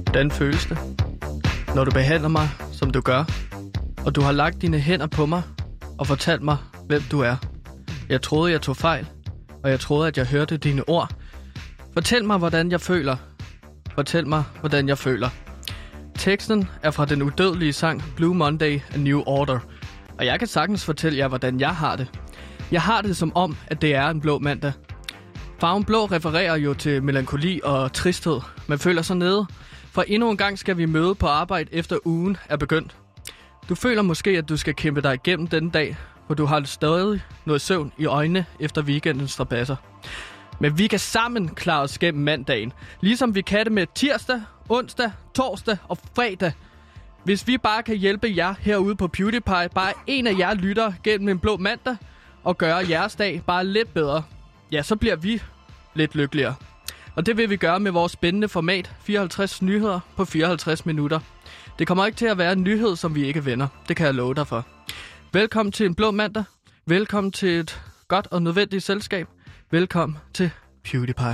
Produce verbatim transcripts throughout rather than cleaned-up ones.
Hvordan føles det, når du behandler mig, som du gør, og du har lagt dine hænder på mig og fortalt mig, hvem du er? Jeg troede, jeg tog fejl, og jeg troede, at jeg hørte dine ord. Fortæl mig, hvordan jeg føler. Fortæl mig, hvordan jeg føler. Teksten er fra den udødelige sang Blue Monday, A New Order, og jeg kan sagtens fortælle jer, hvordan jeg har det. Jeg har det som om, at det er en blå mandag. Farven blå refererer jo til melankoli og tristhed. Man føler sig nede, for endnu en gang skal vi møde på arbejde efter ugen er begyndt. Du føler måske, at du skal kæmpe dig igennem denne dag, hvor du har stadig noget søvn i øjnene efter weekendens strabasser. Men vi kan sammen klare os gennem mandagen, ligesom vi kan det med tirsdag, onsdag, torsdag og fredag. Hvis vi bare kan hjælpe jer herude på PewDiePie, bare en af jer lytter gennem en blå mandag, og gøre jeres dag bare lidt bedre, ja, så bliver vi lidt lykkeligere. Og det vil vi gøre med vores spændende format, fireoghalvtreds nyheder på fireoghalvtreds minutter. Det kommer ikke til at være en nyhed, som vi ikke vender. Det kan jeg love dig for. Velkommen til en blå mandag. Velkommen til et godt og nødvendigt selskab. Velkommen til PewDiePie.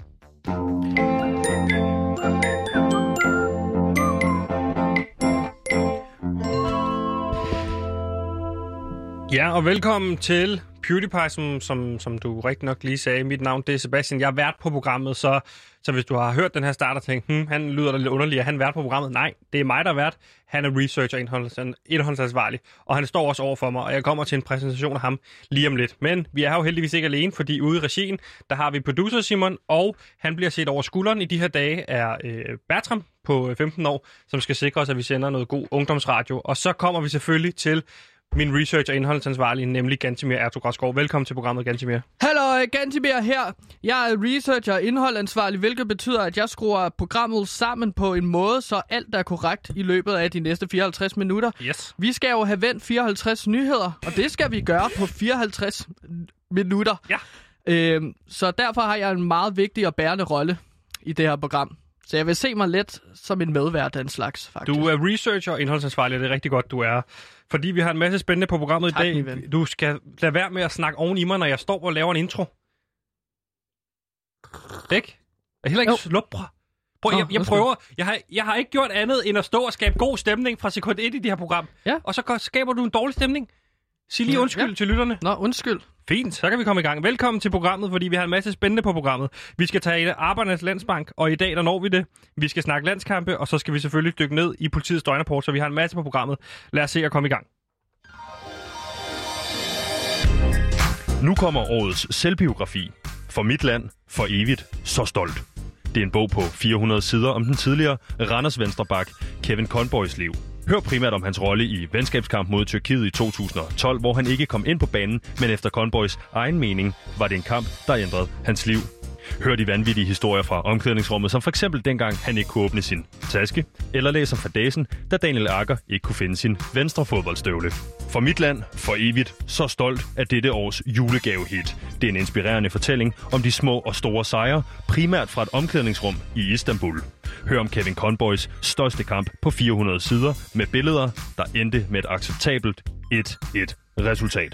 Ja, og velkommen til PewDiePie, som, som, som du rigtig nok lige sagde. Mit navn det er Sebastian. Jeg er vært på programmet, så, så hvis du har hørt den her start og tænkt, hm, han lyder da lidt underlig, er han vært på programmet? Nej, det er mig, der er vært. Han er researcher og indholdsansvarlig, og han står også over for mig, og jeg kommer til en præsentation af ham lige om lidt. Men vi er her jo heldigvis ikke alene, fordi ude i regien, der har vi producer Simon, og han bliver set over skulderen i de her dage er øh, Bertram på femten år, som skal sikre os, at vi sender noget god ungdomsradio. Og så kommer vi selvfølgelig til min research- og indholdsansvarlig, nemlig Gantimir Ertug-Gråskov. Velkommen til programmet, Gantimir. Hallo, Gantimir her. Jeg er researcher og indholdansvarlig, hvilket betyder, at jeg skruer programmet sammen på en måde, så alt er korrekt i løbet af de næste fireoghalvtreds minutter. Yes. Vi skal jo have vendt fireoghalvtreds nyheder, og det skal vi gøre på fireoghalvtreds minutter. Ja. Øhm, så derfor har jeg en meget vigtig og bærende rolle i det her program. Så jeg vil se mig lidt som en medvært af en slags, faktisk. Du er researcher og indholdsansvarlig, og det er rigtig godt, du er. Fordi vi har en masse spændende på programmet tak, i dag. Du skal lade være med at snakke oven i mig, når jeg står og laver en intro. Ikke? Jeg heller ikke slubre. Prøv, jeg, jeg prøver. Jeg har, jeg har ikke gjort andet end at stå og skabe god stemning fra sekund et i det her program. Ja. Og så skaber du en dårlig stemning. Sig lige undskyld ja. til lytterne. Nå, undskyld. Fint, så kan vi komme i gang. Velkommen til programmet, fordi vi har en masse spændende på programmet. Vi skal tage Arbejdernes Landsbank, og i dag der når vi det. Vi skal snakke landskampe, og så skal vi selvfølgelig dykke ned i politiets døgnrapport, så vi har en masse på programmet. Lad os se at komme i gang. Nu kommer årets selvbiografi. For mit land, for evigt, så stolt. Det er en bog på fire hundrede sider om den tidligere Randers venstreback Kevin Conboys liv. Hør primært om hans rolle i venskabskamp mod Tyrkiet i to tusind og tolv, hvor han ikke kom ind på banen, men efter Conboys egen mening var det en kamp, der ændrede hans liv. Hør de vanvittige historier fra omklædningsrummet, som for eksempel dengang han ikke kunne åbne sin taske, eller læs om fadæsen, da Daniel Agger ikke kunne finde sin venstre fodboldstøvle. For mit land, for evigt, så stolt af dette års julegavehit. Det er en inspirerende fortælling om de små og store sejre, primært fra et omklædningsrum i Istanbul. Hør om Kevin Conboys største kamp på fire hundrede sider med billeder, der endte med et acceptabelt et et resultat.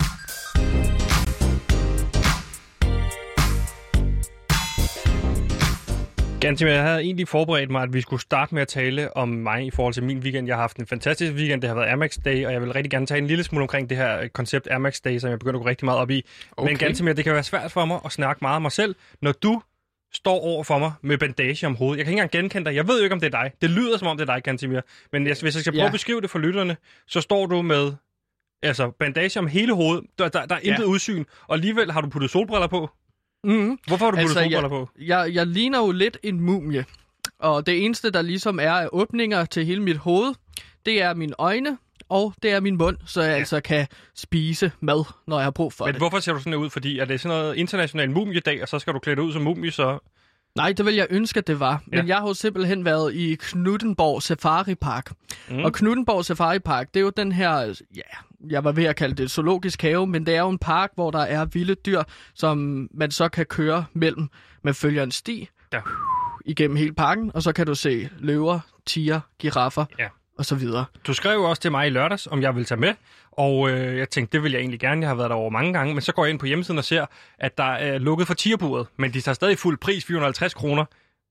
Gantimir, jeg havde egentlig forberedt mig, at vi skulle starte med at tale om mig i forhold til min weekend. Jeg har haft en fantastisk weekend, det har været Air Max Day, og jeg vil rigtig gerne tage en lille smule omkring det her koncept Air Max Day, som jeg begynder at gå rigtig meget op i. Okay. Men Gantimir, det kan være svært for mig at snakke meget om mig selv, når du står over for mig med bandage om hovedet. Jeg kan ikke engang genkende dig. Jeg ved jo ikke, om det er dig. Det lyder, som om det er dig, Gantimir. Men hvis jeg skal prøve ja. at beskrive det for lytterne, så står du med altså bandage om hele hovedet. Der, der, der er intet ja. udsyn, og alligevel har du puttet solbriller på. Mm-hmm. Hvorfor har du puttet altså, solbriller jeg, på? Jeg, jeg ligner jo lidt en mumie. Og det eneste, der ligesom er af åbninger til hele mit hoved, det er mine øjne, og det er min mund, så jeg ja. altså kan spise mad, når jeg har brug for Men det. hvorfor ser du sådan ud? Fordi er det sådan noget international mumiedag, og så skal du klæde dig ud som mumie, så... Nej, det vil jeg ønske, at det var. Men ja. jeg har jo simpelthen været i Knuthenborg Safari Park. Mm. Og Knuthenborg Safari Park, det er jo den her, ja, jeg var ved at kalde det zoologisk have, men det er jo en park, hvor der er vilde dyr, som man så kan køre mellem. Man følger en sti ja. igennem hele parken, og så kan du se løver, tiger, giraffer ja. og så videre. Du skrev også til mig i lørdags, om jeg ville tage med, og øh, jeg tænkte, det vil jeg egentlig gerne. Jeg har været der over mange gange, men så går jeg ind på hjemmesiden og ser, at der er lukket for tigerburet, men de tager stadig fuld pris, fire hundrede og halvtreds kroner.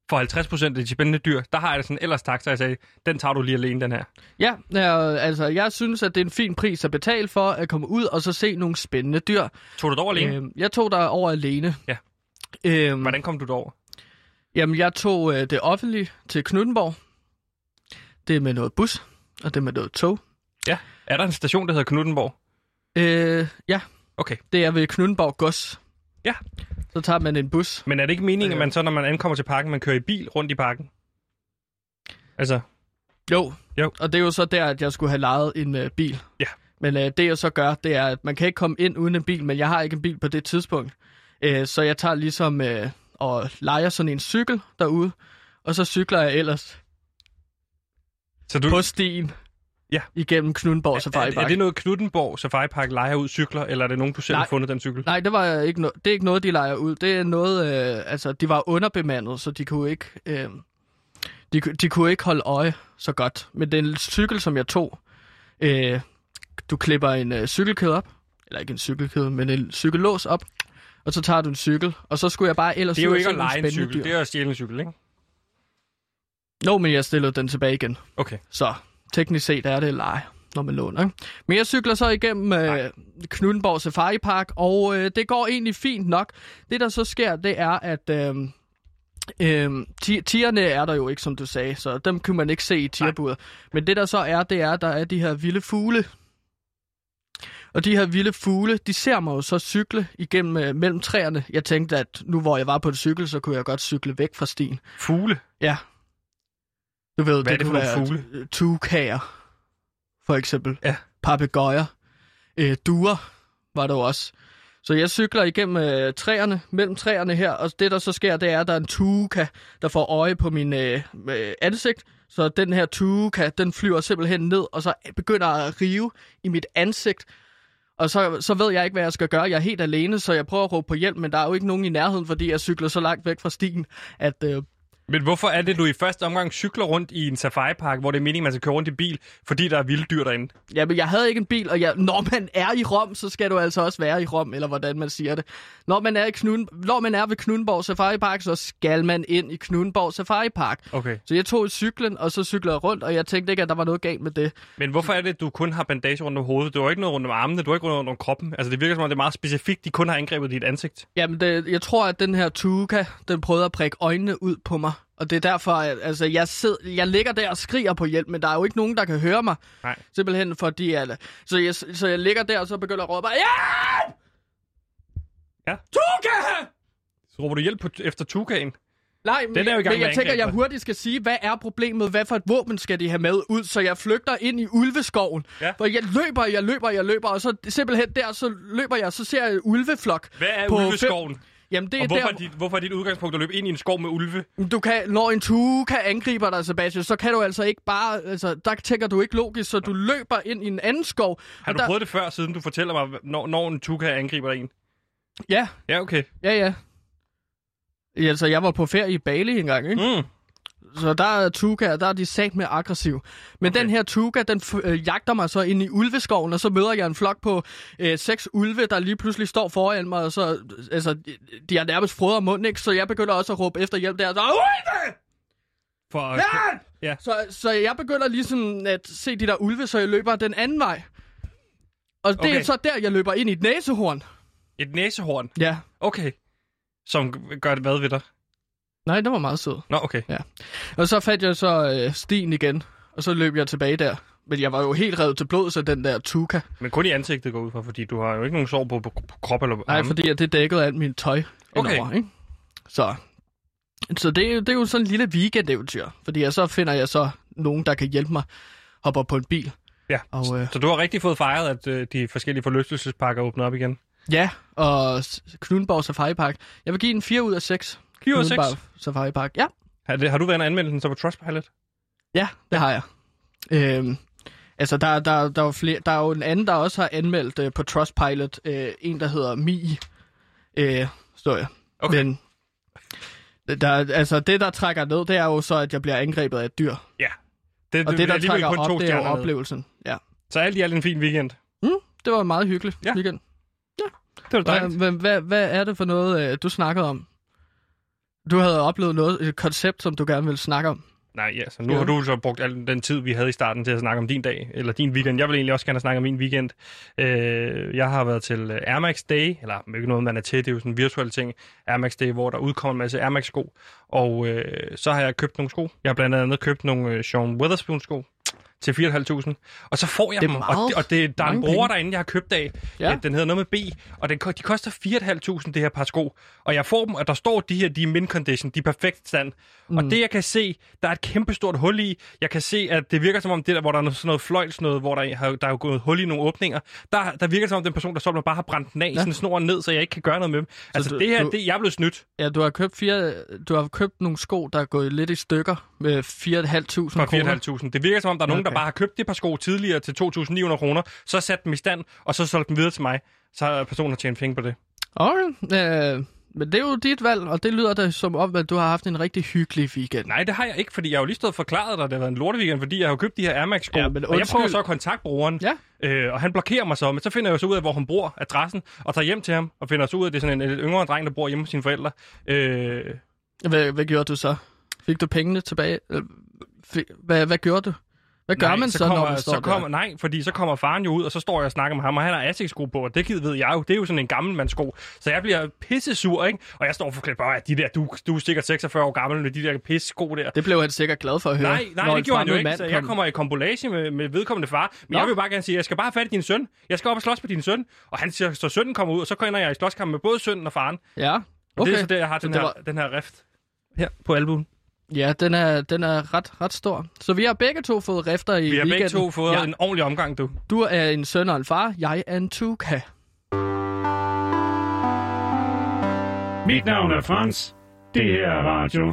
for halvtreds procent af de spændende dyr, der har jeg det sådan ellers tak, så jeg sagde, den tager du lige alene, den her. Ja, ja, altså jeg synes, at det er en fin pris at betale for at komme ud og så se nogle spændende dyr. Tog du det over alene? Øhm, jeg tog der over alene. Ja. Øhm, Hvordan kom du derover? Jamen, jeg tog øh, det offentlige til Knuthenborg. Det er med noget bus, og det er med noget tog. Ja. Er der en station, der hedder Knuthenborg? Øh, ja. Okay. Det er ved Knuthenborg Gods. Ja. Så tager man en bus. Men er det ikke meningen, at man så, når man ankommer til parken, man kører i bil rundt i parken? Altså... Jo. jo. Og det er jo så der, at jeg skulle have lejet en øh, bil. Ja. Men øh, det jeg så gør, det er, at man kan ikke komme ind uden en bil, men jeg har ikke en bil på det tidspunkt. Øh, så jeg tager ligesom øh, og lejer sådan en cykel derude, og så cykler jeg ellers så du... på stien ja. igennem Knuthenborg Safari Park. Er, er det noget, Knuthenborg Safari Park lejer ud cykler, eller er det nogen, du selv Nej. har fundet den cykel? Nej, det, var ikke no- det er ikke noget, de lejer ud. Det er noget, øh, altså, de var underbemandet, så de kunne ikke... Øh, De, de kunne ikke holde øje så godt. Men den cykel, som jeg tog, øh, du klipper en øh, cykelkæde op, eller ikke en cykelkæde, men en cykellås op, og så tager du en cykel, og så skulle jeg bare ellers... Det er jo ud og ikke se at nogle lege en spændende cykel, dyr. det er at stjæle en cykel, ikke? Nå, men jeg stillede den tilbage igen. Okay. Så teknisk set er det leje, når man låner. Ikke? Men jeg cykler så igennem øh, Knuthenborg Safari Park, og øh, det går egentlig fint nok. Det, der så sker, det er, at... Øh, Øhm, tigerne er der jo ikke, som du sagde, så dem kan man ikke se i tigerburet. Men det der så er, det er, at der er de her vilde fugle. Og de her vilde fugle, de ser mig jo så cykle igennem øh, mellem træerne. Jeg tænkte, at nu hvor jeg var på en cykel, så kunne jeg godt cykle væk fra stien. Fugle? Ja. Du ved, Hvad det, er det kunne for nogle være fugle? tukaer, for eksempel. Ja. Papegøjer. Øh, duer var der jo også. Så jeg cykler igennem øh, træerne, mellem træerne her, og det der så sker, det er, at der er en tuka, der får øje på min øh, øh, ansigt. Så den her tuka, den flyver simpelthen ned, og så begynder at rive i mit ansigt. Og så, så ved jeg ikke, hvad jeg skal gøre. Jeg er helt alene, så jeg prøver at råbe på hjælp, men der er jo ikke nogen i nærheden, fordi jeg cykler så langt væk fra stien, at... Øh, Men hvorfor er det, du i første omgang cykler rundt i en safari-park, hvor det er meningen, man skal køre rundt i bil, fordi der er vilde dyr derinde? Ja, men jeg havde ikke en bil, og jeg, når man er i Rom, så skal du altså også være i Rom, eller hvordan man siger det. Når man er, i Knuden, når man er ved Knuthenborg Safari Park, så skal man ind i Knuthenborg Safari Park. Okay. Så jeg tog cyklen, og så cyklede jeg rundt, og jeg tænkte ikke, at der var noget galt med det. Men hvorfor er det, at du kun har bandage rundt om hovedet? Du har ikke noget rundt om armene, du har ikke noget rundt om kroppen. Altså det virker som om, det er meget specifikt, de kun har angrebet dit ansigt. Jamen, det, jeg tror, at den her tuka, den prøvede at prikke øjnene ud på mig. Og det er derfor, at altså, jeg, sid, jeg ligger der og skriger på hjælp, men der er jo ikke nogen, der kan høre mig. Nej. Simpelthen fordi, at, så, jeg, så jeg ligger der, og så begynder jeg at råbe, ja! Ja. Tuka! Så råber du hjælp på, efter tukaen? Nej, men, Den er jo i gang men med jeg tænker, angreb, jeg hurtigt skal sige, hvad er problemet? Hvad for et våben skal de have med ud? Så jeg flygter ind i ulveskoven. Ja. For jeg løber, jeg løber, jeg løber, og så simpelthen der, så løber jeg, så ser jeg en ulveflok. Hvad er på ulveskoven? Fem... Jamen, det og er hvorfor, der, er dit, hvorfor er dit udgangspunkt at løbe ind i en skov med ulve? Du kan, når en tuka angriber dig, Sebastian, så kan du altså ikke bare... Altså, der tænker du ikke logisk, så du løber ind i en anden skov. Har du der... prøvet det før, siden du fortæller mig, når, når en tuka angriber dig en? Ja. Ja, okay. Ja, ja. Altså, jeg var på ferie i Bali engang, ikke? Mm. Så der er tuka, der er de sat med aggressiv. Men okay. Den her tuka, den øh, jagter mig så ind i ulveskoven, og så møder jeg en flok på øh, seks ulve, der lige pludselig står foran mig, og så, altså, de har nærmest frøder mund, ikke? Så jeg begynder også at råbe efter hjælp der, så ulve! For, Ja! ja. Så, så jeg begynder ligesom at se de der ulve, så jeg løber den anden vej. Og det Okay. er så der, jeg løber ind i et næsehorn. Et næsehorn? Ja. Okay. Som gør det hvad ved dig? Nej, det var meget sød. Nå, okay. Ja. Og så fandt jeg så øh, stien igen, og så løb jeg tilbage der. Men jeg var jo helt revet til blod, så den der tuka. Men kun i ansigtet går ud fra, fordi du har jo ikke nogen sår på, på, på krop eller Nej, arme. fordi at det dækkede alt mit tøj Okay. indover, ikke? Så, så det, er jo- det er jo sådan en lille weekend-eventyr. Fordi jeg, så finder jeg så nogen, der kan hjælpe mig, hopper på en bil. Ja, Og, øh, så du har rigtig fået fejret, at øh, de forskellige forlystelsesparker åbner op igen? Ja, og s- Knuthenborg Safari Park. Jeg vil give en fire ud af seks. fire ud af seks? Knuthenborg Safari Park, ja. Har, det, har du været en anmeldelse så på Trustpilot? Ja, det har jeg. Øhm, altså, der, der, der, er jo flere, der er jo en anden, der også har anmeldt øh, på Trustpilot. Øh, en, der hedder Mi. Øh, står jeg. Okay. Men der, altså, det, der trækker ned, det er jo så, at jeg bliver angrebet af et dyr. Ja. Det, Og det, der alligevel trækker kun op, to det er jo stjerner ned. oplevelsen. Ja. Så alt i alt en fin weekend. Mm, det var en meget hyggelig Ja. weekend. Det var dejligt. Hvad, hvad, hvad er det for noget, øh, du snakkede om? Du havde oplevet noget, et koncept, som du gerne ville snakke om. Nej, ja, så nu ja. har du så brugt al den tid, vi havde i starten til at snakke om din dag, eller din weekend. Jeg vil egentlig også gerne snakke om min weekend. Øh, jeg har været til Air Max Day, eller ikke noget, man er til, det er jo sådan en virtuel ting. Air Max Day, hvor der udkommer en masse Air Max sko. Og øh, så har jeg købt nogle sko. Jeg har blandt andet købt nogle øh, Sean Wotherspoon sko til fire tusind fem hundrede. Og så får jeg det dem, og, det, og det, der er en bruger derinde, jeg har købt af. Ja. Ja, den hedder noget med B, og den, de koster fire tusind fem hundrede, det her par sko. Og jeg får dem, og der står de her, de er mint condition, de er perfekt stand. Mm. Og det, jeg kan se, der er et kæmpestort hul i. Jeg kan se, at det virker som om det der, hvor der er sådan noget fløjls noget, hvor der, har, der er gået hul i nogle åbninger. Der, der virker som om den person, der står der, bare har brændt den af, ja. sådan snoren ned, så jeg ikke kan gøre noget med dem. Så altså du, det her, du, det, jeg er blevet snydt. Ja, du har købt fire, du har købt nogle sko, der er gået lidt i stykker med fire tusind fem hundrede kroner. fire tusind fem hundrede. Det virker som om, der er nogen, okay. der bare har købt det par sko tidligere til to tusind ni hundrede kroner, så sat dem i stand, og så solgt dem videre til mig. Så har personen tjent penge på det. Okay, øh, men det er jo dit valg, og det lyder da som om, at du har haft en rigtig hyggelig weekend. Nej, det har jeg ikke, fordi jeg har jo lige stået og forklaret dig, at det har været en lorteweekend, fordi jeg har jo købt de her Air Max sko, ja, og jeg prøver så at kontakte brugeren, ja. øh, og han blokerer mig så, men så finder jeg jo så ud af, hvor han bor, adressen, og tager hjem til ham, og finder så ud af, at det er sådan en, en yngre dreng, der bor hjemme hos sine forældre. Øh... Hvad, hvad gjorde du så? Fik du pengene tilbage? Hvad, hvad gjorde du? Hvad gør nej, man så, så, kommer, når man står så kommer, der? Nej, fordi så kommer faren jo ud, og så står jeg og snakker med ham, og han har Asics-sko på, og det ved jeg jo. Det er jo sådan en gammelmandssko. Så jeg bliver pissesur, ikke? Og jeg står for at bare, de der, du, du er sikkert seksogfyrre år gammel med de der pissesko der. Det blev han sikkert glad for at høre. Nej, nej, det gjorde han jo ikke. Så jeg kommer i kombolage med, med vedkommende far. Men Nå. jeg vil bare gerne sige, jeg skal bare have fat i din søn. Jeg skal op og slås med din søn. Og han siger, så sønnen kommer ud, og så ender jeg i slåskamp med både sønnen og faren. Ja, okay. Og det er så der, jeg har den her, var... den her rift her på albuen. Ja, den er, den er ret, ret stor. Så vi har begge to fået rifter i weekenden. Vi har begge to fået ja. en ordentlig omgang, du. Du er en søn og en far. Jeg er en tuka. Mit navn er Frans. Det her er radio.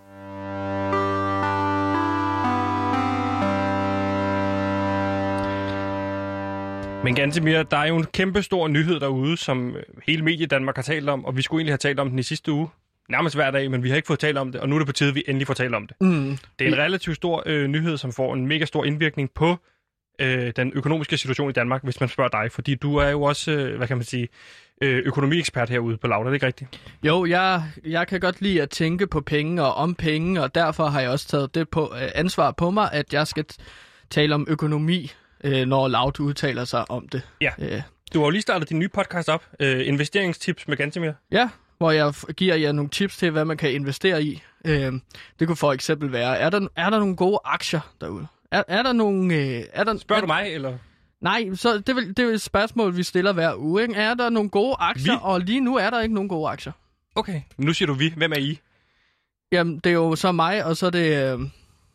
Men Gantemir, der er jo en kæmpe stor nyhed derude, som hele Mediedanmark har talt om, og vi skulle egentlig have talt om den i sidste uge. Nærmest hver dag, men vi har ikke fået talt om det, og nu er det på tide, at vi endelig får talt om det. Mm. Det er en relativt stor øh, nyhed, som får en mega stor indvirkning på øh, den økonomiske situation i Danmark, hvis man spørger dig. Fordi du er jo også, øh, hvad kan man sige, øh, økonomiekspert herude på Lauda, er det ikke rigtigt? Jo, jeg, jeg kan godt lide at tænke på penge og om penge, og derfor har jeg også taget det på øh, ansvar på mig, at jeg skal t- tale om økonomi, øh, når Lauda udtaler sig om det. Ja, øh. Du har jo lige startet din nye podcast op, øh, Investeringstips med Gantemir. Ja, hvor jeg giver jer nogle tips til, hvad man kan investere i. Øh, det kunne for eksempel være, er der, er der nogle gode aktier derude? Er, er der nogle... Øh, er der, Spørger er, du mig, eller? Nej, så det, vil, det er et spørgsmål, vi stiller hver uge. Ikke? Er der nogle gode aktier? Vi? Og lige nu er der ikke nogen gode aktier. Okay, nu siger du vi. Hvem er I? Jamen, det er jo så mig, og så er det... Øh,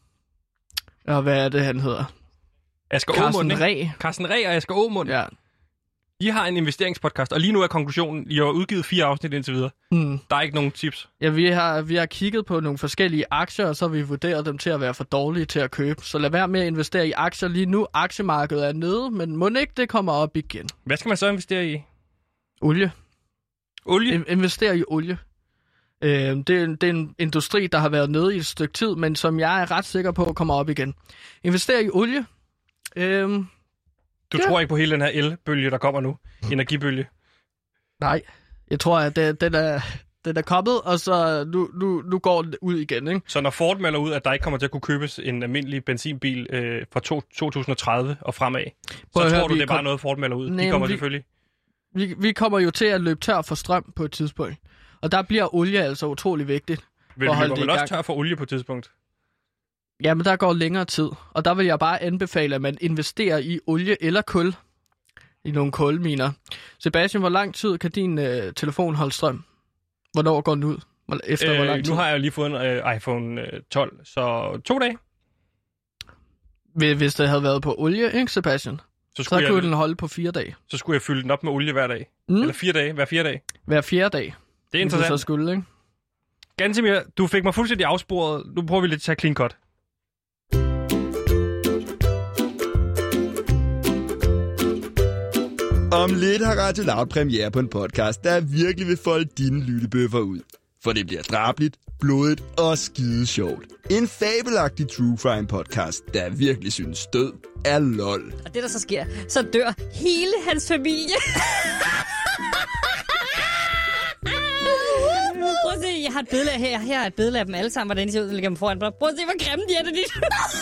og hvad er det, han hedder? Asger Carsten Aamund, Reh. Carsten Reh og Asger Aamund. Ja. I har en investeringspodcast, og lige nu er konklusionen, I har udgivet fire afsnit indtil videre. Mm. Der er ikke nogen tips. Ja, vi har, vi har kigget på nogle forskellige aktier, og så har vi vurderet dem til at være for dårlige til at købe. Så lad være med at investere i aktier lige nu. Aktiemarkedet er nede, men må ikke det kommer op igen. Hvad skal man så investere i? Olie. Olie? In- investere i olie. Øh, det, er, det er en industri, der har været nede i et stykke tid, men som jeg er ret sikker på kommer op igen. Investere i olie. Øh, Du ja. tror ikke på hele den her elbølge, der kommer nu? Energibølge? Nej, jeg tror, at det, den, er, den er kommet, og så nu, nu, nu går den ud igen, ikke? Så når Ford melder ud, at der ikke kommer til at kunne købes en almindelig benzinbil øh, fra to, to tusind og tredive og fremad, så tror høre, du, det er bare kom... noget, Ford melder ud? Nej, de kommer vi, selvfølgelig. Vi, vi kommer jo til at løbe tør for strøm på et tidspunkt. Og der bliver olie altså utrolig vigtigt. Vil vi løbe vel også tør for olie på et tidspunkt? Jamen, der går længere tid. Og der vil jeg bare anbefale, at man investerer i olie eller kul. I nogle kulminer. Sebastian, hvor lang tid kan din øh, telefon holde strøm? Hvornår går den ud? Efter øh, hvor lang tid? Nu har jeg lige fået en øh, iPhone øh, tolv, så to dage. Hvis det havde været på olie, ikke Sebastian? Så, så kunne jeg, den holde på fire dage. Så skulle jeg fylde den op med olie hver dag. Mm. Eller fire dage, hver fire dag. Hver fjerde dag. Det er interessant. Så skulle, ikke? Gantemir, du fik mig fuldstændig afsporet. Nu prøver vi lidt at tage clean cut. Om lidt har Radio Loud premiere på en podcast, der virkelig vil folde dine lyttebøffer ud. For det bliver drabligt, blodigt og skide sjovt. En fabelagtig true crime podcast, der virkelig synes død er lol. Og det der så sker, så dør hele hans familie. Prøv at se, jeg har et billede af her. Her er et billede af dem alle sammen, hvordan de ser ud, der ligger dem foran. Prøv at se, hvor grimme de er, det dit.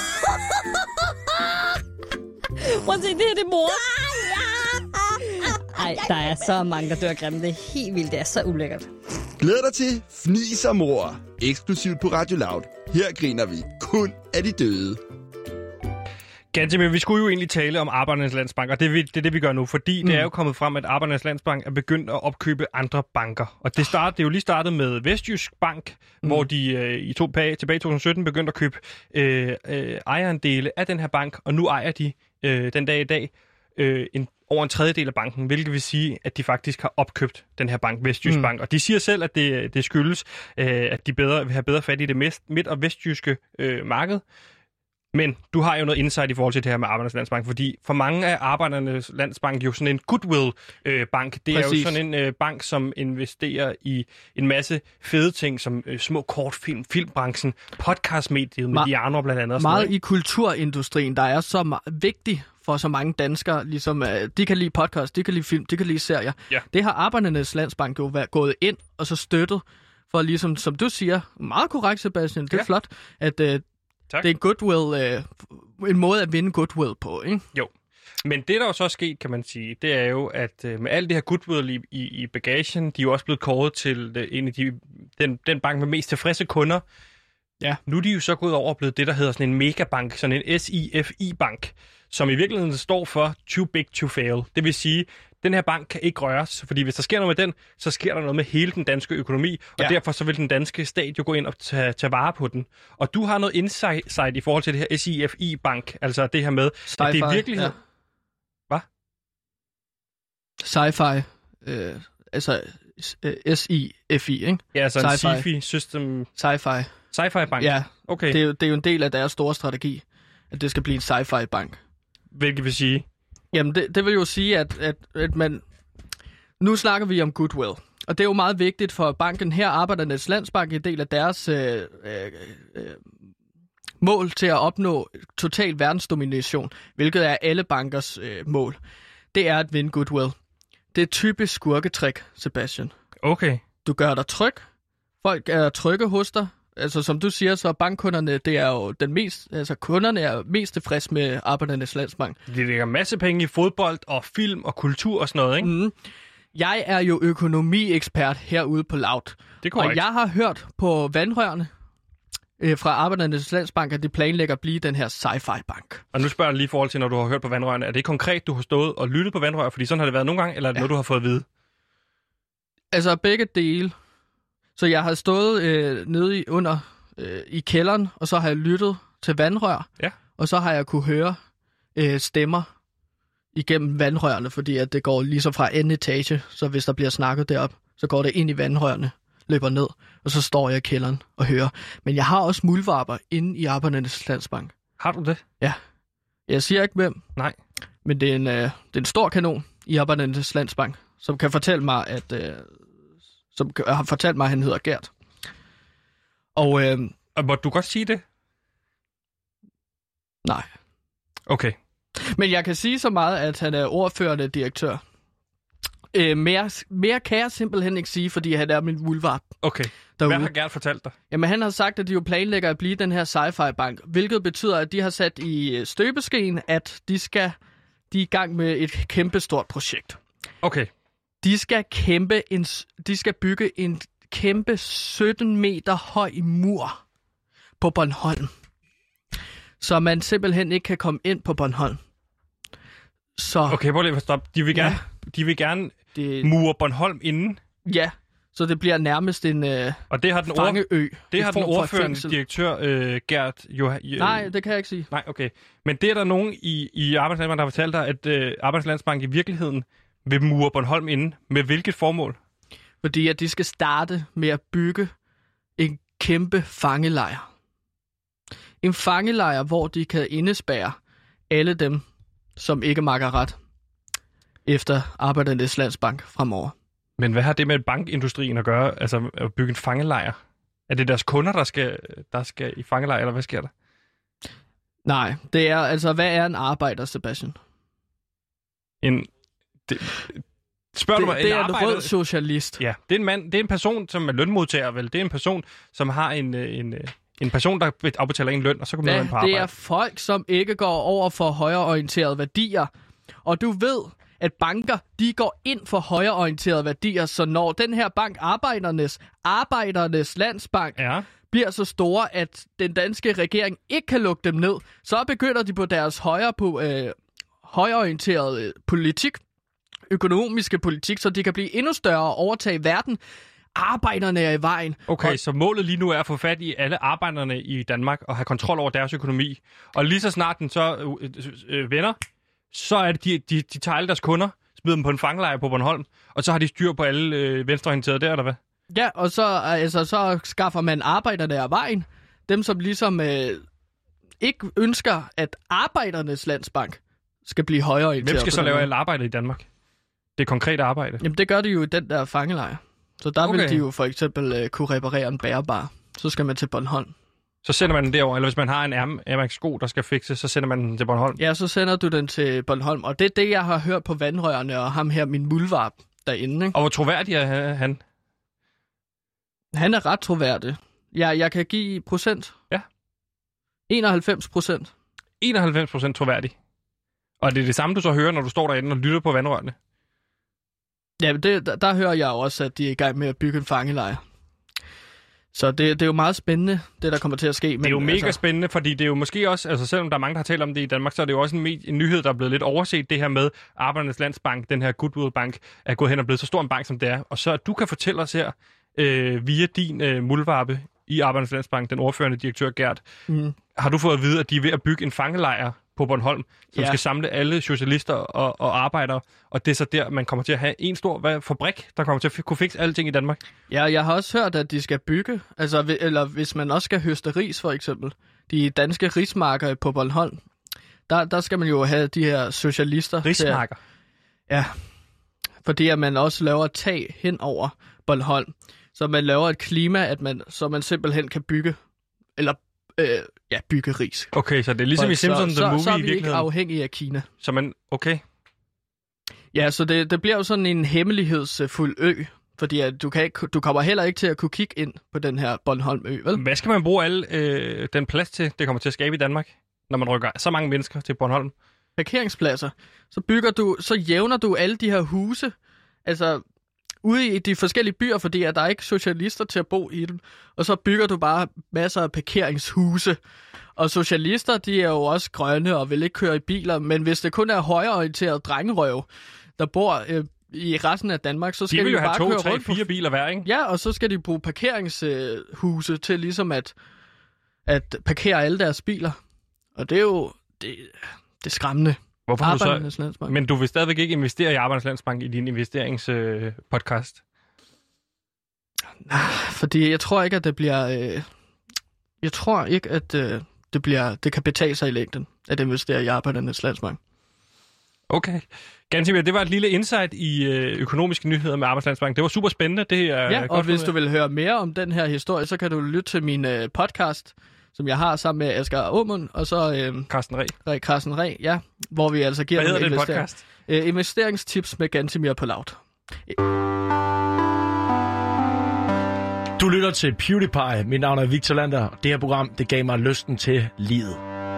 Prøv at se, det her, det er mor. Ej, der er så mange, der dør grimme. Det er helt vildt, det er så ulækkert. Glæd dig til Fnis og Mor, eksklusivt på Radio Loud. Her griner vi kun af de døde. Ganske, men vi skulle jo egentlig tale om Arbejdernes Landsbank, og det er, vi, det er det, vi gør nu, fordi mm. det er jo kommet frem, at Arbejdernes Landsbank er begyndt at opkøbe andre banker. Og det, start, det er jo lige startet med Vestjysk Bank, mm. hvor de øh, i to, tilbage i to tusind sytten begyndte at købe øh, øh, ejerandele af den her bank, og nu ejer de øh, den dag i dag øh, en, over en tredjedel af banken, hvilket vil sige, at de faktisk har opkøbt den her bank, Vestjysk mm. Bank. Og de siger selv, at det, det skyldes, øh, at de bedre, vil have bedre fat i det mest, midt- og vestjyske øh, marked. Men du har jo noget insight i forhold til det her med Arbejdernes Landsbank, fordi for mange af Arbejdernes Landsbank jo sådan en goodwill-bank. Det er Præcis. jo sådan en øh, bank, som investerer i en masse fede ting, som øh, små kortfilm, filmbranchen, podcastmediet, Ma- Mediano blandt andet. Og meget noget, i kulturindustrien, der er så ma- vigtig for så mange danskere, ligesom øh, de kan lide podcast, de kan lide film, de kan lide serier. Ja. Det har Arbejdernes Landsbank jo været gået ind og så støttet, for ligesom, som du siger, meget korrekt, Sebastian, det er ja. flot, at øh, Tak. Det er en goodwill, øh, en måde at vinde goodwill på, ikke? Jo. Men det, der jo så er sket, kan man sige, det er jo, at øh, med alt det her goodwill i, i, i bagagen, de er jo også blevet kåret til øh, en af de, den, den bank med mest tilfredse kunder. Ja. Nu er de jo så gået over og blevet det, der hedder sådan en megabank, sådan en S I F I-bank, som i virkeligheden står for too big to fail. Det vil sige, den her bank kan ikke røres, fordi hvis der sker noget med den, så sker der noget med hele den danske økonomi, og ja. derfor så vil den danske stat jo gå ind og tage, tage vare på den. Og du har noget insight i forhold til det her S I F I-bank, altså det her med, Sci-fi, at det er virkelighed... Ja. Hvad? Sci-fi, øh, altså øh, S I F I, ikke? Ja, altså en sci-fi system... Sci-fi. Sci-fi-bank? Ja, okay. Det er, jo, det er jo en del af deres store strategi, at det skal blive en sci-fi-bank. Hvilket vil sige? Jamen, det, det vil jo sige, at, at, at man... Nu snakker vi om goodwill, og det er jo meget vigtigt for banken. Her Arbejdernes Landsbank, en del af deres øh, øh, øh, mål til at opnå total verdensdomination, hvilket er alle bankers øh, mål. Det er at vinde goodwill. Det er typisk skurketrik, Sebastian. Okay. Du gør dig tryg. Folk er trygge hos dig. Altså, som du siger, så bankkunderne, det er jo den mest, altså kunderne er mest tilfreds med Arbejdernes Landsbank. De lægger masse penge i fodbold og film og kultur og sådan noget, ikke? Mm. Jeg er jo økonomiekspert herude på Loud. Det er korrekt. Og jeg har hørt på vandrørene øh, fra Arbejdernes Landsbank, at de planlægger at blive den her sci-fi-bank. Og nu spørger jeg lige i forhold til, når du har hørt på vandrørene. Er det konkret, du har stået og lyttet på vandrør? Fordi sådan har det været nogle gange, eller er det ja. noget, du har fået at vide? Altså begge dele. Så jeg har stået øh, nede i, under øh, i kælderen, og så har jeg lyttet til vandrør, ja. og så har jeg kunne høre øh, stemmer igennem vandrørene, fordi at det går ligesom fra anden etage, så hvis der bliver snakket derop, så går det ind i vandrørene, løber ned, og så står jeg i kælderen og hører. Men jeg har også muldvarper inde i Arbejdernes Landsbank. Har du det? Ja. Jeg siger ikke hvem. Nej. Men det er en, øh, det er en stor kanon i Arbejdernes Landsbank, som kan fortælle mig, at... Øh, som har fortalt mig, at han hedder Gert. Og, øh, og må du godt sige det? Nej. Okay. Men jeg kan sige så meget, at han er ordførende direktør. Øh, mere, mere kan jeg simpelthen ikke sige, fordi han er min vulvarp. Okay. Derude. Hvad har Gert fortalt dig? Jamen, han har sagt, at de jo planlægger at blive den her sci-fi-bank, hvilket betyder, at de har sat i støbeskeen, at de skal de er i gang med et kæmpestort projekt. Okay. De skal kæmpe en, de skal bygge en kæmpe sytten meter høj mur på Bornholm, så man simpelthen ikke kan komme ind på Bornholm. Så okay, prøv lige at stoppe. De vil gerne, ja, de vil gerne det, mure Bornholm inden. Ja, så det bliver nærmest en øh, og det har den fangeø. Det har den ordførende direktør øh, Gert jo. Øh, Nej, det kan jeg ikke sige. Nej, okay. Men det er der nogen i i Arbejdslandsbank, der har fortalt dig, at øh, Arbejdslandsbank i virkeligheden vil mure Bornholm inden. Med hvilket formål? Fordi at de skal starte med at bygge en kæmpe fangelejr. En fangelejr, hvor de kan indespærre alle dem, som ikke makker ret efter Arbejdernes Landsbank fremover. Men hvad har det med bankindustrien at gøre? Altså at bygge en fangelejr? Er det deres kunder, der skal, der skal i fangelejr, eller hvad sker der? Nej, det er altså, hvad er en arbejder, Sebastian? En... Det, Spørger det, du mig, det en er arbejder... en rød socialist. Ja, det er en mand, det er en person, som er lønmodtager, vel? Det er en person, som har en, en, en person, der afbetaler en løn, og så kommer man på arbejde. Det er folk, som ikke går over for højreorienterede værdier. Og du ved, at banker, de går ind for højreorienterede værdier, så når den her bank, Arbejdernes, Arbejdernes Landsbank, ja. bliver så store, at den danske regering ikke kan lukke dem ned, så begynder de på deres højre på, øh, højreorienterede politik, økonomiske politik, så de kan blive endnu større og overtage verden. Arbejderne er i vejen. Okay, og... så målet lige nu er at få fat i alle arbejderne i Danmark og have kontrol over deres økonomi. Og lige så snart den så øh, øh, vender, så er det, de, de, de tager alle deres kunder, smider dem på en fangelejr på Bornholm, og så har de styr på alle øh, venstreorienterede der, eller hvad? Ja, og så, altså, så skaffer man arbejderne af vejen. Dem, som ligesom øh, ikke ønsker, at Arbejdernes Landsbank skal blive højreorienteret. Hvem skal så lave alle arbejde i Danmark? Det er konkrete arbejde. Jamen, det gør de jo i den der fangelejr. Så der okay. vil de jo for eksempel øh, kunne reparere en bærebar. Så skal man til Bornholm. Så sender man den derover, eller hvis man har en Air Max sko, der skal fikse, så sender man den til Bornholm? Ja, så sender du den til Bornholm. Og det er det, jeg har hørt på vandrørene og ham her, min muldvarp derinde. Ikke? Og hvor troværdig er han? Han er ret troværdig. Ja, jeg kan give procent. Ja. enoghalvfems procent. enoghalvfems procent troværdig. Og det er det samme, du så hører, når du står derinde og lytter på vandrørene? Ja, det, der, der hører jeg også, at de er i gang med at bygge en fangelejr. Så det, det er jo meget spændende, det der kommer til at ske. Det er jo mega altså... spændende, fordi det er jo måske også, altså selvom der er mange, der har talt om det i Danmark, så er det jo også en, en nyhed, der er blevet lidt overset, det her med Arbejdernes Landsbank, den her Goodwill Bank, er gået hen og blevet så stor en bank, som det er. Og så at du kan fortælle os her, øh, via din øh, muldvarpe i Arbejdernes Landsbank, den ordførende direktør Gert, mm. har du fået at vide, at de er ved at bygge en fangelejr på Bornholm, som ja. skal samle alle socialister og, og arbejdere, og det er så der, man kommer til at have en stor hvad, fabrik, der kommer til at f- kunne fikse alting i Danmark. Ja, jeg har også hørt, at de skal bygge, altså, eller hvis man også skal høste ris, for eksempel, de danske rismarker på Bornholm, der, der skal man jo have de her socialister. Rismarker? Til, ja, fordi at man også laver et tag hen over Bornholm, så man laver et klima, at man, så man simpelthen kan bygge, eller Øh, ja, bygge ris. Okay, så det er ligesom og i Simpsons The Movie i virkeligheden. Så er vi ikke afhængige af Kina. Så man, okay. Ja, så det, det bliver jo sådan en hemmelighedsfuld ø, fordi at du, kan ikke, du kommer heller ikke til at kunne kigge ind på den her Bornholm-ø, vel? Hvad skal man bruge al øh, den plads til, det kommer til at skabe i Danmark, når man rykker så mange mennesker til Bornholm? Parkeringspladser. Så bygger du, så jævner du alle de her huse, altså ude i de forskellige byer, fordi at der er ikke socialister til at bo i dem. Og så bygger du bare masser af parkeringshuse. Og socialister, de er jo også grønne og vil ikke køre i biler. Men hvis det kun er højreorienteret drengerøv, der bor øh, i resten af Danmark, så skal de, de jo bare to, køre tre, rundt på fire biler hver, ikke? Ja, og så skal de bruge parkeringshuse til ligesom at, at parkere alle deres biler. Og det er jo det, det er skræmmende. Hvorfor du så? Men du vil stadigvæk ikke investere i Arbejdernes Landsbank i din investeringspodcast? Øh, fordi jeg tror ikke, at det bliver... Øh, jeg tror ikke, at øh, det bliver det kan betale sig i længden at investere i Arbejdernes Landsbank. Okay. Gansimir, det var et lille insight i øh, økonomiske nyheder med Arbejdernes Landsbank. Det var super spændende. Det er ja, godt og hvis du vil høre mere om den her historie, så kan du lytte til min øh, podcast, som jeg har sammen med Asger Aumund, og så... Øh, Carsten Reh. Ræ, Carsten Reh, ja. Hvor vi altså giver nogle invester- podcast? Øh, investeringstips med Gansimir på Loud. Du lytter til PewDiePie. Mit navn er Victor Lander. Det her program, det gav mig lysten til livet.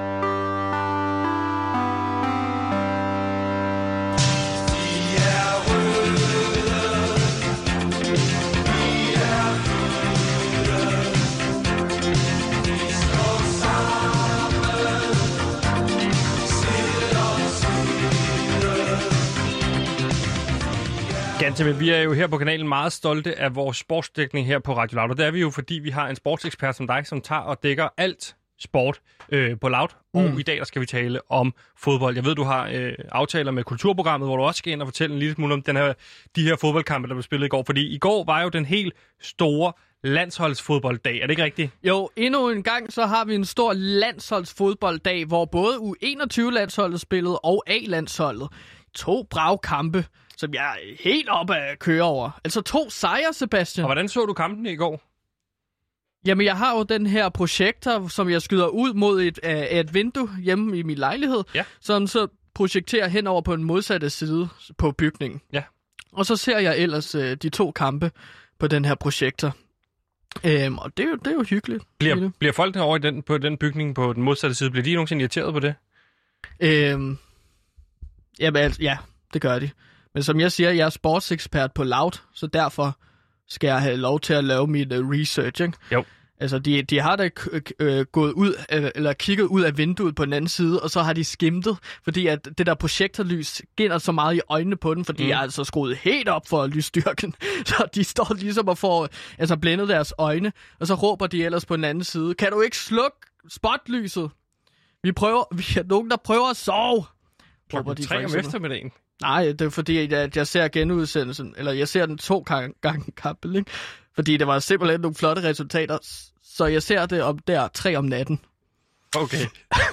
Gantemir, vi er jo her på kanalen meget stolte af vores sportsdækning her på Radio Loud. Og det er vi jo, fordi vi har en sportsekspert som dig, som tager og dækker alt sport øh, på Loud. Og mm. i dag der skal vi tale om fodbold. Jeg ved, du har øh, aftaler med Kulturprogrammet, hvor du også skal ind og fortælle en lille smule om den her, de her fodboldkampe, der blev spillet i går. Fordi i går var jo den helt store landsholdsfodbolddag. Er det ikke rigtigt? Jo, endnu en gang så har vi en stor landsholdsfodbolddag, hvor både U enogtyve-landsholdet spillede og A-landsholdet. To bragkampe, som jeg er helt oppe at køre over. Altså to sejre, Sebastian. Og hvordan så du kampen i går? Jamen, jeg har jo den her projektor, som jeg skyder ud mod et, uh, et vindue hjemme i min lejlighed, ja. som så projekterer hen over på den modsatte side på bygningen. Ja. Og så ser jeg ellers øh, de to kampe på den her projektor. Øhm, og det er, jo, det er jo hyggeligt. Bliver, bliver folk derovre i den, på den bygning på den modsatte side, bliver de nogensinde irriteret på det? Øhm, jamen, altså, ja, det gør de. Men som jeg siger, jeg er sportsekspert på Loud, så derfor skal jeg have lov til at lave mit uh, research, ikke? Jo. Altså, de, de har da øh, gået ud, øh, eller kigget ud af vinduet på den anden side, og så har de skimtet, fordi at det der projektorlys skinner så meget i øjnene på den, fordi mm. jeg er altså skruet helt op for lysstyrken. Så de står ligesom og får altså, blændet deres øjne, og så råber de ellers på den anden side, kan du ikke slukke spotlyset? Vi prøver, vi er nogen, der prøver at sove. Klokken de tre om eftermiddagen. Nej, det er fordi, at jeg ser genudsendelsen, eller jeg ser den to gange, gange kampen, ikke? Fordi det var simpelthen nogle flotte resultater, så jeg ser det om der tre om natten. Okay.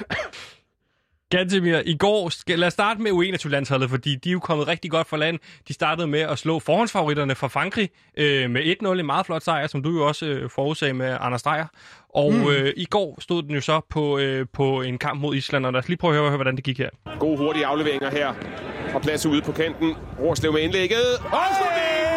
Gantemir, i går, skal, lad os starte med U enogtyve-landsholdet, fordi de er jo kommet rigtig godt fra land. De startede med at slå forhåndsfavoritterne fra Frankrig øh, med et nul, en meget flot sejr, som du jo også øh, forudsagde med Anders Dreyer. Og mm. øh, i går stod den jo så på, øh, på en kamp mod Island, og lad os lige prøve at høre, hvordan det gik her. Gode hurtige afleveringer her, og plads ude på kanten. Rorslev med indlægget. Afslutning!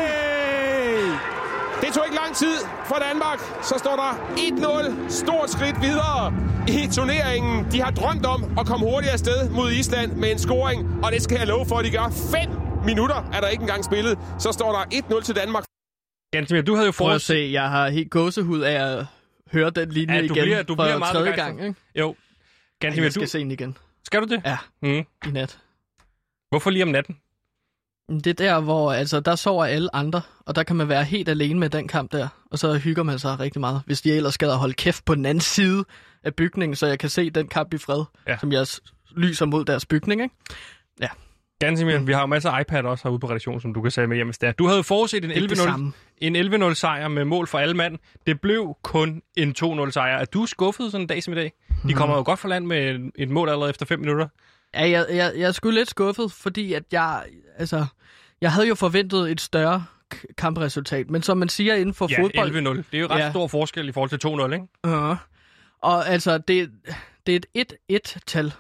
Det tog ikke lang tid for Danmark. Så står der et nul. Stort skridt videre i turneringen. De har drømt om at komme hurtigt afsted mod Island med en scoring. Og det skal jeg love for, at de gør. Fem minutter er der ikke engang spillet. Så står der et nul til Danmark. Gantemir, du havde jo Prøv at forudset... se, jeg har helt gåsehud af at høre den linje Ja, du igen bliver, du for bliver meget tredje begejstret. gang, ikke? Jo. Gantemir, Jeg skal du... se den igen. Skal du det? Ja, Mm. i nat. Hvorfor lige om natten? Det er der, hvor altså, der sover alle andre, og der kan man være helt alene med den kamp der. Og så hygger man sig rigtig meget, hvis de ellers skal holde kæft på den anden side af bygningen, så jeg kan se den kamp i fred, Ja. som jeg s- lyser mod deres bygning, ikke? Ja, Gantemir, mm. vi har jo masser af iPad også herude på redaktionen, som du kan sætte med hjem. Der. Du havde jo forudset en det er det elleve nul samme. en elleve nul sejr med mål for alle mand. Det blev kun en to nul sejr. Er du skuffet sådan en dag som i dag? De kommer jo godt for land med et mål allerede efter fem minutter. Ja, jeg, jeg, jeg er sgu lidt skuffet, fordi at jeg, altså, jeg havde jo forventet et større k- kampresultat, men som man siger inden for Ja, fodbold... elleve nul. Det er jo ret Ja. stor forskel i forhold til to nul, ikke? Uh, og altså, det, det er et et et-tal.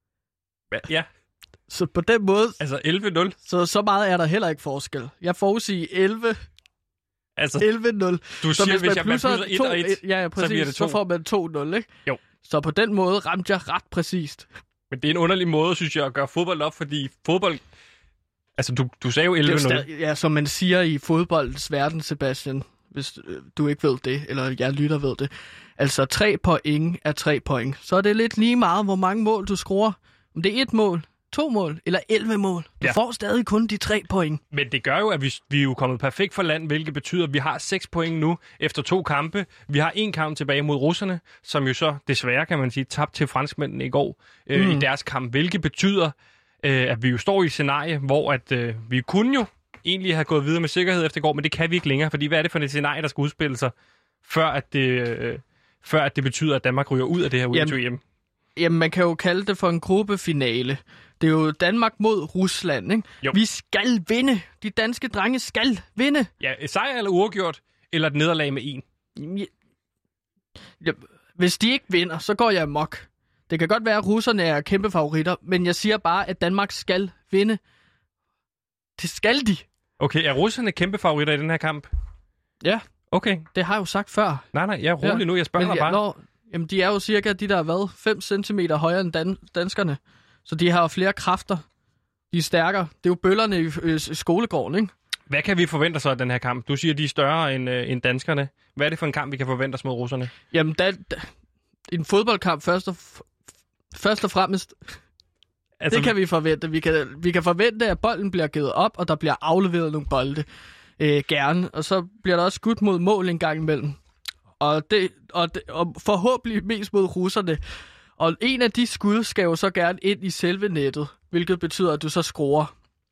Ja, Så på den måde, altså elleve nul. så, så meget er der heller ikke forskel. Jeg forudsiger elleve Altså, elleve nul. du Så siger, hvis hvis man jeg man plusser plusser et to, og et, ja, ja, så bliver præcis, det så, to. får man to nul, ikke? Jo. Så på den måde ramte jeg ret præcist. Men det er en underlig måde, synes jeg, at gøre fodbold op, fordi fodbold... Altså, du, du sagde jo Det er elleve jo nul. stadig, ja, som man siger i fodboldens verden, Sebastian, hvis øh, du ikke ved det, eller jeg lytter ved det. Altså, tre point er tre point. Så er det lidt lige meget, hvor mange mål du scorer. Om det er et mål, to mål eller elleve mål. Du Ja. får stadig kun de tre point. Men det gør jo, at vi, vi er jo kommet perfekt for land, hvilket betyder, at vi har seks point nu efter to kampe. Vi har en kamp tilbage mod russerne, som jo så desværre, kan man sige, tabte til franskmændene i går øh, mm. i deres kamp, hvilket betyder, øh, at vi jo står i et scenarie, hvor at, øh, vi kunne jo egentlig have gået videre med sikkerhed efter i går, men det kan vi ikke længere, fordi hvad er det for et scenarie, der skal udspille sig, før at det, øh, før at det betyder, at Danmark ryger ud af det her U enogtyve hjem? Jamen, man kan jo kalde det for en gruppefinale. Det er jo Danmark mod Rusland, ikke? Jo. Vi skal vinde. De danske drenge skal vinde. Ja, sejr eller uafgjort, eller et nederlag med en? Ja, ja, hvis de ikke vinder, så går jeg amok. Det kan godt være, at russerne er kæmpe favoritter, men jeg siger bare, at Danmark skal vinde. Det skal de. Okay, er russerne kæmpe favoritter i den her kamp? Ja, Okay. det har jeg jo sagt før. Nej, nej, jeg er rolig Ja. nu. Jeg spørger Men dig ja, bare. når, jamen, de er jo cirka de der, hvad, fem centimeter højere end dan- danskerne. Så de har jo flere kræfter. De er stærkere. Det er jo bøllerne i, i, i skolegården, ikke? Hvad kan vi forvente så af den her kamp? Du siger, de er større end, øh, end danskerne. Hvad er det for en kamp, vi kan forvente os mod russerne? Jamen, da, da, en fodboldkamp først og, f- først og fremmest, altså, det kan vi forvente. Vi kan, vi kan forvente, at bolden bliver givet op, og der bliver afleveret nogle bolde. Øh, gerne. Og så bliver der også skudt mod mål en gang imellem. Og, det, og, det, og forhåbentlig mest mod russerne. Og en af de skud skal jo så gerne ind i selve nettet, hvilket betyder, at du så scorer.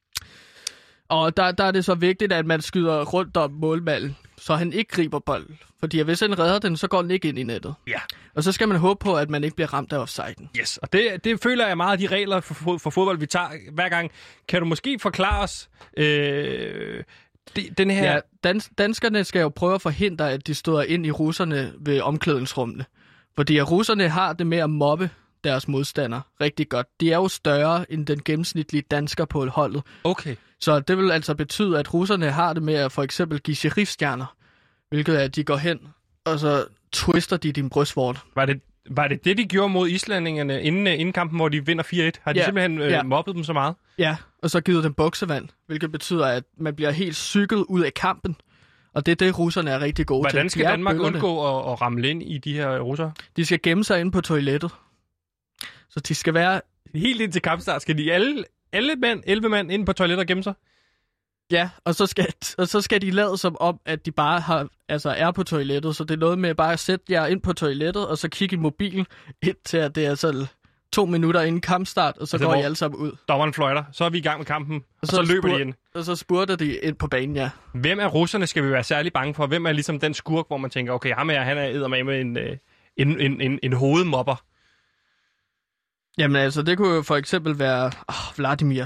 Og der, der er det så vigtigt, at man skyder rundt om målmanden, så han ikke griber bolden. Fordi hvis han redder den, så går den ikke ind i nettet. Ja. Og så skal man håbe på, at man ikke bliver ramt af offsiden. Yes, og det, det føler jeg meget af de regler for, for, for fodbold, vi tager hver gang. Kan du måske forklare os øh, det, den her... Ja, dans, danskerne skal jo prøve at forhindre, at de støder ind i russerne ved omklædningsrummene. Fordi at russerne har det med at mobbe deres modstandere rigtig godt. De er jo større end den gennemsnitlige dansker på holdet. Okay. Så det vil altså betyde, at russerne har det med at for eksempel give sheriffstjerner, hvilket er, at de går hen, og så twister de din brystvorte. Var det, var det det, de gjorde mod islændingerne inden, inden kampen, hvor de vinder fire et? Har de ja. simpelthen øh, ja. mobbet dem så meget? Ja, og så givet dem buksevand, hvilket betyder, at man bliver helt cyklet ud af kampen. Og det er det, russerne er rigtig gode Hvordan til. Hvordan skal de Danmark bøllerne. undgå at, at ramle ind i de her russere? De skal gemme sig inde på toilettet. Så de skal være... Helt ind til kampstart skal de alle, alle mand, elleve mand ind på toilettet og gemme sig? Ja, og så skal, og så skal de lade som om, at de bare har, altså er på toilettet. Så det er noget med bare at sætte jer ind på toilettet, og så kigge i mobilen, indtil at det er så to minutter inden kampstart, og så altså, går I alle sammen ud. Dommeren fløjter, så er vi i gang med kampen, og, og så, så løber spur- de ind. Og så spurter de ind på banen, ja. Hvem af russerne skal vi være særlig bange for? Hvem er ligesom den skurk, hvor man tænker, okay, ham er, han er eddermame en, en, en, en, en hovedmobber? Jamen altså, det kunne jo for eksempel være oh, Vladimir.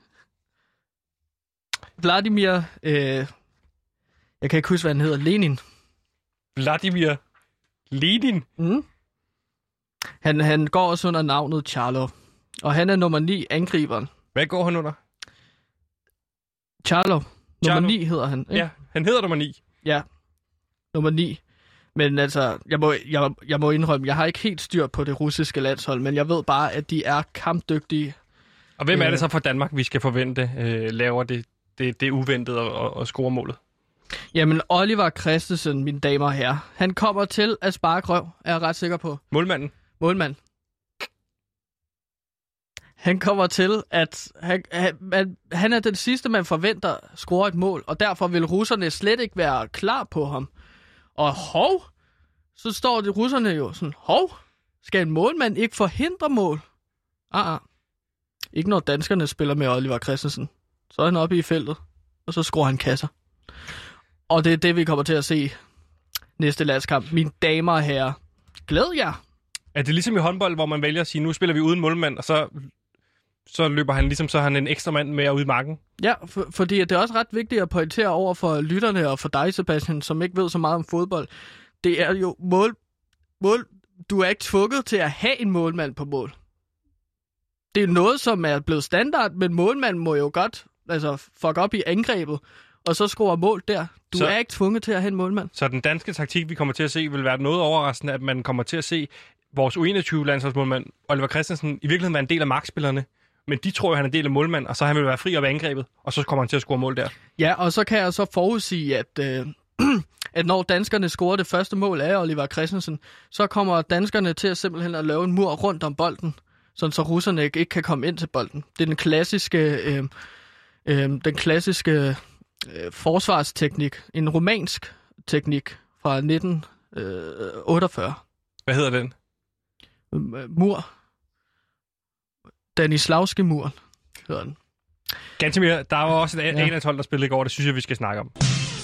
Vladimir, øh, jeg kan ikke huske, hvad han hedder, Lenin. Vladimir Lenin? Mm. Han, han går også under navnet Charlov, og han er nummer ni angriberen. Hvad går han under? Charlov. Nummer ni hedder han, ikke? Ja, han hedder nummer ni. Ja, nummer ni. Men altså, jeg må, jeg, jeg må indrømme, jeg har ikke helt styr på det russiske landshold, men jeg ved bare, at de er kampdygtige. Og hvem er det så for Danmark, vi skal forvente, øh, laver det, det, det uventede og, og, og score målet? Jamen, Oliver Christensen, mine damer og herrer, han kommer til at sparke røv, er jeg ret sikker på. Målmanden? Målmand. Han kommer til, at han, han, han er den sidste, man forventer score et mål, og derfor vil russerne slet ikke være klar på ham. Og hov, så står de russerne jo sådan, hov, skal en målmand ikke forhindre mål? Ah, ah. Ikke når danskerne spiller med Oliver Christensen. Så er han oppe i feltet, og så skruer han kasser. Og det er det, vi kommer til at se næste landskamp. Mine damer og herrer, glæd jer. Er det ligesom i håndbold, hvor man vælger at sige, nu spiller vi uden målmand, og så, så løber han ligesom, så er han en ekstra mand med ude i marken? Ja, for, fordi det er også ret vigtigt at pointere over for lytterne og for dig, Sebastian, som ikke ved så meget om fodbold. Det er jo mål... mål du er ikke tvunget til at have en målmand på mål. Det er noget, som er blevet standard, men målmanden må jo godt altså, fuck op i angrebet, og så score mål der. Du så, er ikke tvunget til at have en målmand. Så den danske taktik, vi kommer til at se, vil være noget overraskende, at man kommer til at se vores U enogtyve-landsholdsmålmand, Oliver Christensen, i virkeligheden være en del af markspillerne. Men de tror, at han er en del af målmand, og så han vil være fri op af angrebet, og så kommer han til at score mål der. Ja, og så kan jeg så forudsige, at, øh, at når danskerne scorer det første mål af Oliver Christensen, så kommer danskerne til at simpelthen at lave en mur rundt om bolden, sådan så russerne ikke, ikke kan komme ind til bolden. Det er den klassiske, øh, øh, den klassiske øh, forsvarsteknik, en romansk teknik fra nitten otteogfyrre. Hvad hedder den? Mur. Stanislavski-muren hedder den. Gantemir, der var også et ja. A-landshold, der spillede i går, det synes jeg, vi skal snakke om.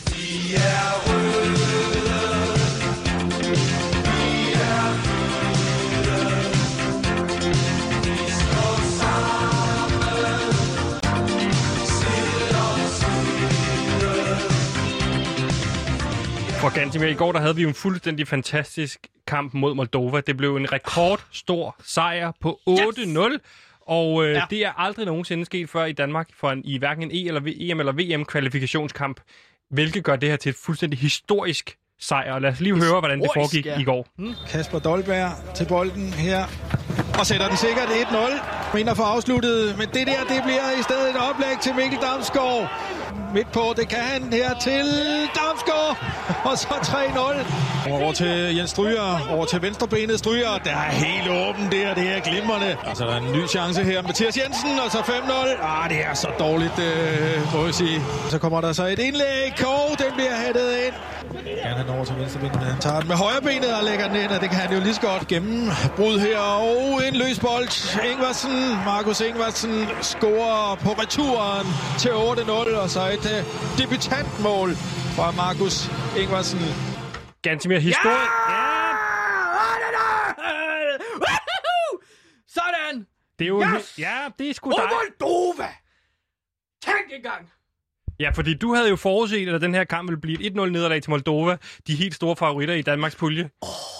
For Gantemir, i går der havde vi jo en fuldstændig fantastisk kamp mod Moldova. Det blev en rekordstor sejr på otte nul. Yes! Og øh, ja. det er aldrig nogensinde sket før i Danmark for en, i hverken en E- eller E M- eller V M-kvalifikationskamp, hvilket gør det her til et fuldstændig historisk sejr. Og lad os lige historisk, høre, hvordan det foregik ja. i går. Hmm. Kasper Dolberg til bolden her, og sætter den sikkert et nul. Mener for afsluttet, men det der, det bliver i stedet et oplæg til Mikkel Damsgaard. Midt på, det kan han her til Damsgaard, og så tre nul. Over til Jens Stryger, over til venstrebenet Stryger. Der er helt åben der, det er glimrende. Altså, der er en ny chance her. Mathias Jensen, og så fem nul. Ah, det er så dårligt, øh, må jeg sige. Så kommer der så et indlæg, og den bliver hættet ind. Gerne han over til venstrebenet, han tager den med højrebenet og lægger den ind, og det kan han jo lige så godt gemme. Brud her, og en løs bold. Ingvarsen, Markus Ingvarsen scorer på returen til otte nul, og så et uh, debutantmål fra Markus Ingvarsen. Gantemir, historie... Ja! Sådan! Det er jo... Yes! Ja, det er sgu dig. Moldova! Tænk engang! Ja, fordi du havde jo forudset, at den her kamp ville blive et et nul nederlag til Moldova. De helt store favoritter i Danmarks pulje. Oh,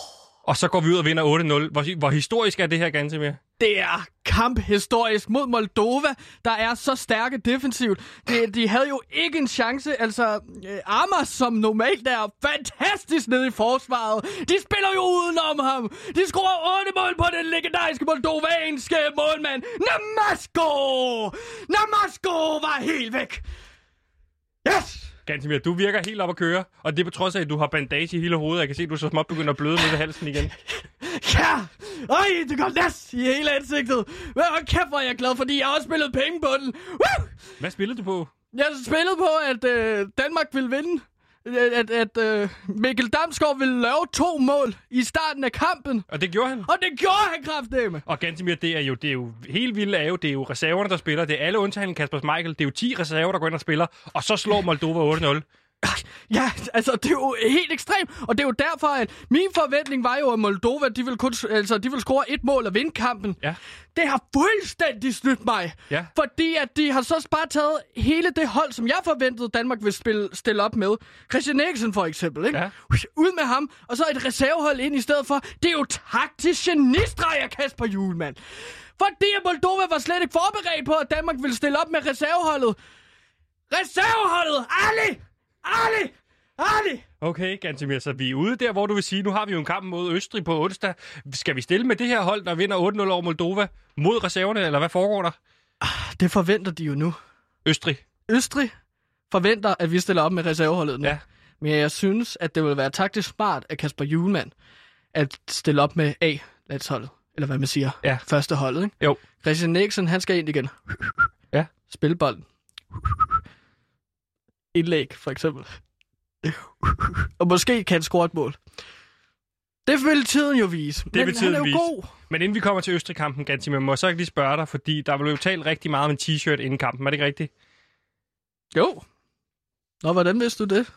Og så går vi ud og vinder otte nul. Hvor, hvor historisk er det her, Gantemir? Det er kamphistorisk mod Moldova, der er så stærke defensivt. De, de havde jo ikke en chance. Altså, øh, Amers, som normalt er fantastisk nede i forsvaret, de spiller jo udenom ham. De scorer otte mål på den legendariske moldovanske målmand. Namasko! Namasko var helt væk. Yes! Gantemir, du virker helt op at køre, og det er på trods af, at du har bandage i hele hovedet. Jeg kan se, at du så småt begynder at bløde ned ved halsen igen. Ja! Øj, det går næs i hele ansigtet. Men hold kæft, hvor er jeg glad, fordi jeg har også spillet penge på den. Woo! Hvad spillede du på? Jeg spillede på, at øh, Danmark ville vinde. At, at øh, Mikkel Damsgaard ville lave to mål i starten af kampen. Og det gjorde han? Og det gjorde han kraftedeme. Og Gantemir, det er jo, det er jo helt vildt, er jo, det er jo reserverne, der spiller. Det er alle undtagen Kasper Schmeichel. Det er jo ti reserver, der går ind og spiller. Og så slår Moldova otte nul. Ja, altså, det er jo helt ekstremt. Og det er jo derfor, at min forventning var jo, at Moldova, de ville, kun, altså, de ville score et mål og vinde kampen. Ja. Det har fuldstændig snydt mig. Ja. Fordi at de har så bare taget hele det hold, som jeg forventede, Danmark ville spille, stille op med. Christian Eriksen for eksempel, ikke? Ja. Ud med ham, og så et reservehold ind i stedet for. Det er jo taktisk genistreg af Kasper Hjulmand. Fordi at Moldova var slet ikke forberedt på, at Danmark ville stille op med reserveholdet. Reserveholdet! Ali! Ali! Ali! Okay, Gantemir, så vi er ude der, hvor du vil sige, nu har vi jo en kamp mod Østrig på onsdag. Skal vi stille med det her hold, der vinder otte nul over Moldova mod reserverne, eller hvad foregår der? Det forventer de jo nu. Østrig? Østrig forventer, at vi stiller op med reserveholdet nu. Ja. Men jeg synes, at det vil være taktisk smart af Kasper Hjulmand at stille op med A-landsholdet. Eller hvad man siger. Ja. Første holdet, ikke? Jo. Christian Eriksen, han skal ind igen. Ja. Spille bolden. Indlæg, for eksempel. Og måske kan han score et mål. Det vil tiden jo vise. Det Men vil tiden han er jo vise. god. Men inden vi kommer til Østrig-kampen, Gantemir, må jeg så ikke lige spørge dig, fordi der blev jo talt rigtig meget om en t-shirt inden kampen. Er det ikke rigtigt? Jo. Nå, hvordan vidste du det?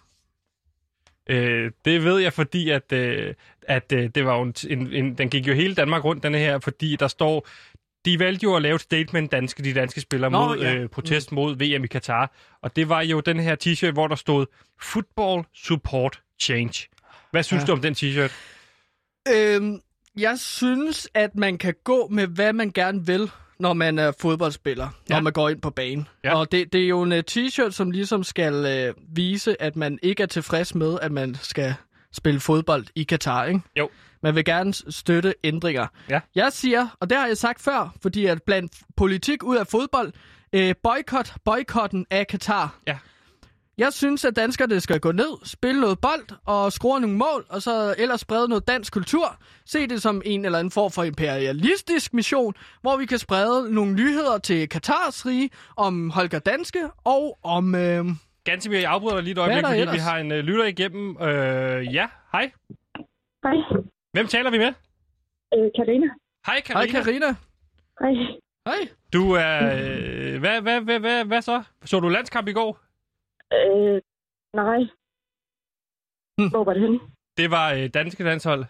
Øh, det ved jeg, fordi at, øh, at øh, det var jo en, en, en, den gik jo hele Danmark rundt, denne her, fordi der står... De valgte jo at lave et statement, danske, de danske spillere, Nå, mod ja. øh, protest mod V M i Katar. Og det var jo den her t-shirt, hvor der stod Football Support Change. Hvad synes ja. du om den t-shirt? Øhm, jeg synes, at man kan gå med, hvad man gerne vil, når man er fodboldspiller, ja. Når man går ind på banen. Ja. Og det, det er jo en uh, t-shirt, som ligesom skal øh, vise, at man ikke er tilfreds med, at man skal spille fodbold i Katar, ikke? Jo. Man vil gerne støtte ændringer. Ja. Jeg siger, og det har jeg sagt før, fordi at blandt politik ud af fodbold, øh, boykot, boykotten af Katar. Ja. Jeg synes, at danskerne skal gå ned, spille noget bold og score nogle mål, og så ellers sprede noget dansk kultur. Se det som en eller anden form for imperialistisk mission, hvor vi kan sprede nogle nyheder til Katars rige om Holger Danske og om... Øh... Gantemir, jeg afbryder dig lige et øjeblik, fordi ellers? vi har en uh, lytter igennem. Øh, ja, hej. Hej. Hvem taler vi med? Øh, Karina. Hej, Karina. Hej, Karina. Hej. Hej. Du er... Øh, hvad, hvad, hvad, hvad, hvad så? Så du landskamp i går? Øh, nej. Hm. Hvor var det henne? Det var øh, danske landshold.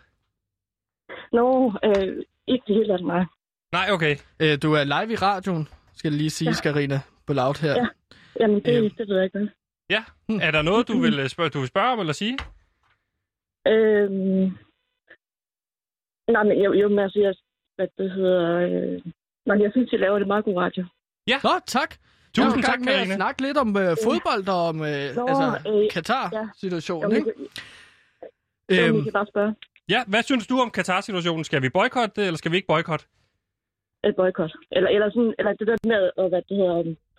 Nå, øh, ikke det hele af nej. Nej, okay. Øh, du er live i radioen, skal jeg lige sige, ja. Karina, på loud her. Ja. Jamen, det, øhm. det ved jeg ikke, hvad. Ja. Hm. Er der noget, du vil spørge, du vil spørge om eller sige? Øhm... Nej, men jo, jo men altså, jeg, hvad det hedder... Øh... Nej, jeg synes, I laver det meget god radio. Ja. Nå, tak. Tusind tak, med Karina. at snakke lidt om øh, fodbold og om øh, Nå, altså, øh, Katar-situationen, ja. ikke? Jo, Øhm, vi kan bare spørge. Ja, hvad synes du om Katar-situationen? Skal vi boykotte det, eller skal vi ikke boykotte? Et boykot. Eller, eller, sådan, eller det der med, og hvad det hedder...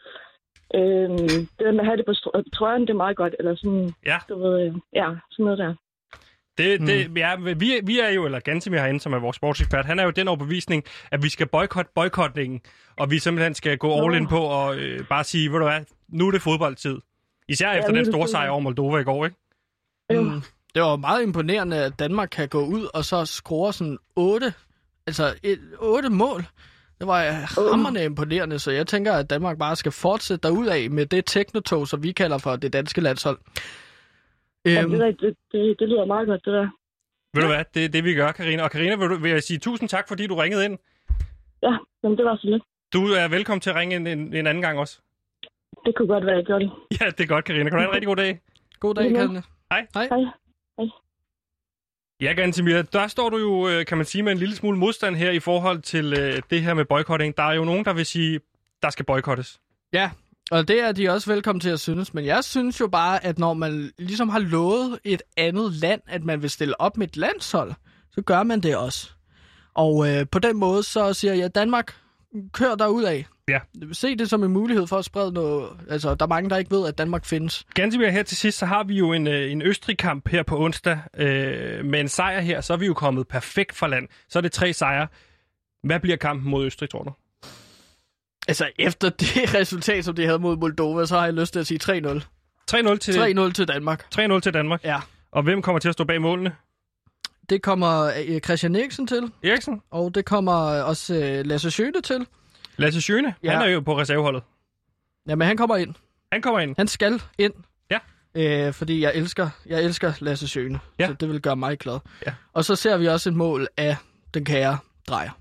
Øhm, det der med at have det på trøjen, det er meget godt. Eller sådan, ja. Du ved, øh, ja, sådan noget der. Det, det, ja, vi, vi er jo, eller Gantemir herinde, som er vores sportsekspert, han er jo den overbevisning, at vi skal boykotte boykotningen, og vi simpelthen skal gå all in på og øh, bare sige, ved du hvad, nu er det fodboldtid. Især efter ja, den store sejr over Moldova i går, ikke? Mm, det var meget imponerende, at Danmark kan gå ud og så score sådan otte, altså et, otte mål. Det var hamrende imponerende, så jeg tænker, at Danmark bare skal fortsætte derudad med det teknotog, som vi kalder for det danske landshold. Ja, Øhm, det, der, det, det, det lyder meget godt, det der. Ved du hvad, det er det, vi gør, Karina. Og Karina, vil, du, vil jeg sige tusind tak, fordi du ringede ind. Ja, men det var så lidt. Du er velkommen til at ringe en, en, en anden gang også. Det kunne godt være, jeg gjorde det. Ja, det er godt, Karina. Kan du have en rigtig god dag? God dag, Karina. Hej. Hej. Hej. Hej. Ja, Gantemir, der står du jo, kan man sige, med en lille smule modstand her i forhold til øh, det her med boykotting. Der er jo nogen, der vil sige, der skal boykottes. Ja, og det er de også velkommen til at synes. Men jeg synes jo bare, at når man ligesom har lovet et andet land, at man vil stille op med et landshold, så gør man det også. Og øh, på den måde, så siger jeg, at Danmark kører derudad. Ja. Se det som en mulighed for at sprede noget. Altså, der er mange, der ikke ved, at Danmark findes. Ganske her til sidst, så har vi jo en, en Østrig-kamp her på onsdag. Øh, med en sejr her, så er vi jo kommet perfekt fra land. Så er det tre sejre. Hvad bliver kampen mod Østrig, tror du? Altså, efter det resultat, som de havde mod Moldova, så har jeg lyst til at sige tre nul. tre nul til, tre nul til Danmark. tre nul til Danmark? Ja. Og hvem kommer til at stå bag målene? Det kommer Christian Eriksen til. Eriksen? Og det kommer også uh, Lasse Schöne til. Lasse Schöne? Ja. Han er jo på reserveholdet. Jamen, han kommer ind. Han kommer ind? Han skal ind. Ja. Øh, fordi jeg elsker, jeg elsker Lasse Schöne. Ja. Så det vil gøre mig glad. Ja. Og så ser vi også et mål af den kære Drejer.